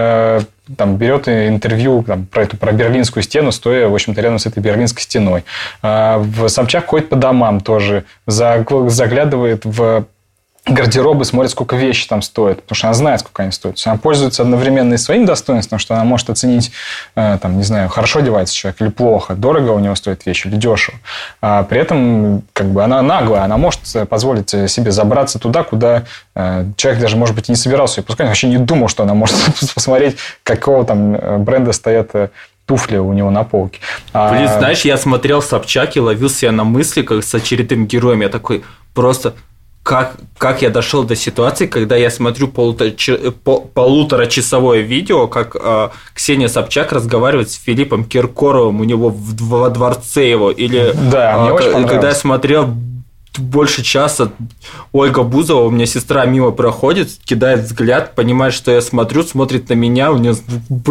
там, берет интервью про Берлинскую стену, стоя, в общем-то, рядом с этой Берлинской стеной. В Собчак ходит по домам тоже, заглядывает в гардеробы, смотрит, сколько вещи там стоят, потому что она знает, сколько они стоят. То есть она пользуется одновременно и своим достоинством, что она может оценить, там, не знаю, хорошо одевается человек или плохо, дорого у него стоит вещь или дешево. А при этом как бы она наглая, она может позволить себе забраться туда, куда человек даже, может быть, и не собирался ее пускать, вообще не думал, что она может посмотреть, какого там бренда стоят туфли у него на полке. Блин, знаешь, я смотрел Собчак и ловил себя на мысли, как с очередным героем. Я такой просто... Как я дошел до ситуации, когда я смотрю полуторачасовое видео, как Ксения Собчак разговаривает с Филиппом Киркоровым у него во дворце его. Или когда я смотрел больше часа, Ольга Бузова, у меня сестра мимо проходит, кидает взгляд, понимает, что я смотрю, смотрит на меня, у нее,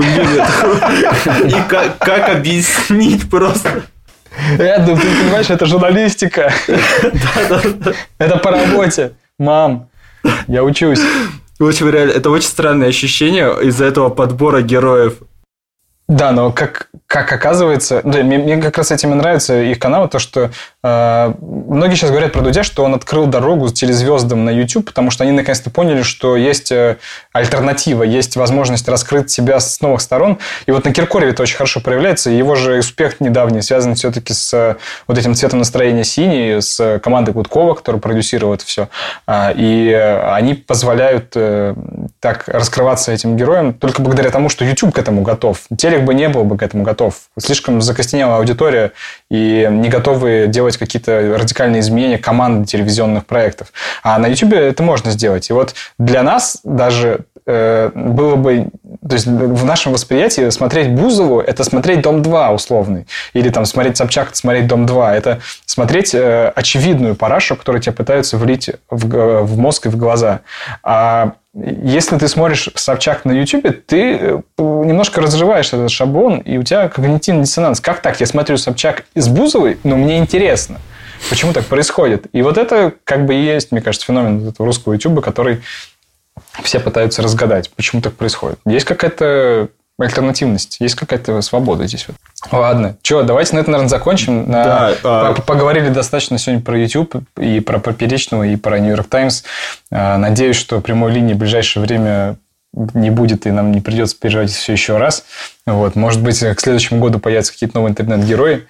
и как объяснить просто... Ты понимаешь, это журналистика. Это по работе. Мам, я учусь. В общем, реально, это очень странное ощущение из-за этого подбора героев. Да, но как оказывается... Мне как раз этим и нравится их канал, то, что многие сейчас говорят про Дудя, что он открыл дорогу телезвездам на YouTube, потому что они наконец-то поняли, что есть альтернатива, есть возможность раскрыть себя с новых сторон. И вот на Киркорове это очень хорошо проявляется. И его же успех недавний связан все-таки с вот этим цветом настроения синий, с командой Гудкова, которая продюсировала это все. И они позволяют так раскрываться этим героям только благодаря тому, что YouTube к этому готов. Телек бы не был бы к этому готов. Слишком закостенелая аудитория и не готовы делать какие-то радикальные изменения команды телевизионных проектов. А на YouTube это можно сделать. И вот для нас даже было бы... То есть, в нашем восприятии смотреть Бузову – это смотреть «Дом-2» условный. Или там смотреть Собчак – это смотреть «Дом-2». Это смотреть очевидную парашу, которую тебе пытаются влить в мозг и в глаза. А если ты смотришь Собчак на YouTube, ты немножко разрываешь этот шаблон, и у тебя когнитивный диссонанс. Как так? Я смотрю Собчак с Бузовой, но мне интересно. Почему так происходит? И вот это как бы и есть, мне кажется, феномен этого русского YouTube, который все пытаются разгадать, почему так происходит. Есть какая-то альтернативность, есть какая-то свобода здесь. Ладно, давайте на этом, наверное, закончим. Поговорили достаточно сегодня про YouTube, и про Поперечного, и про New York Times. Надеюсь, что прямой линии в ближайшее время не будет, и нам не придется переживать все еще раз. Вот. Может быть, к следующему году появятся какие-то новые интернет-герои.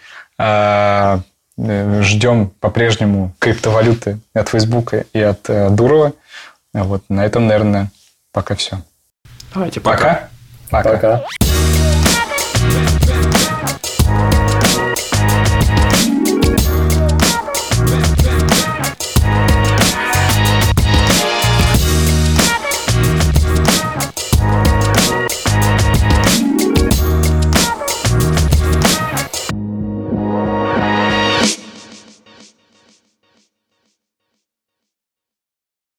Ждем по-прежнему криптовалюты от Фейсбука и от Дурова. Вот. На этом, наверное, пока все. Давайте, пока. Пока.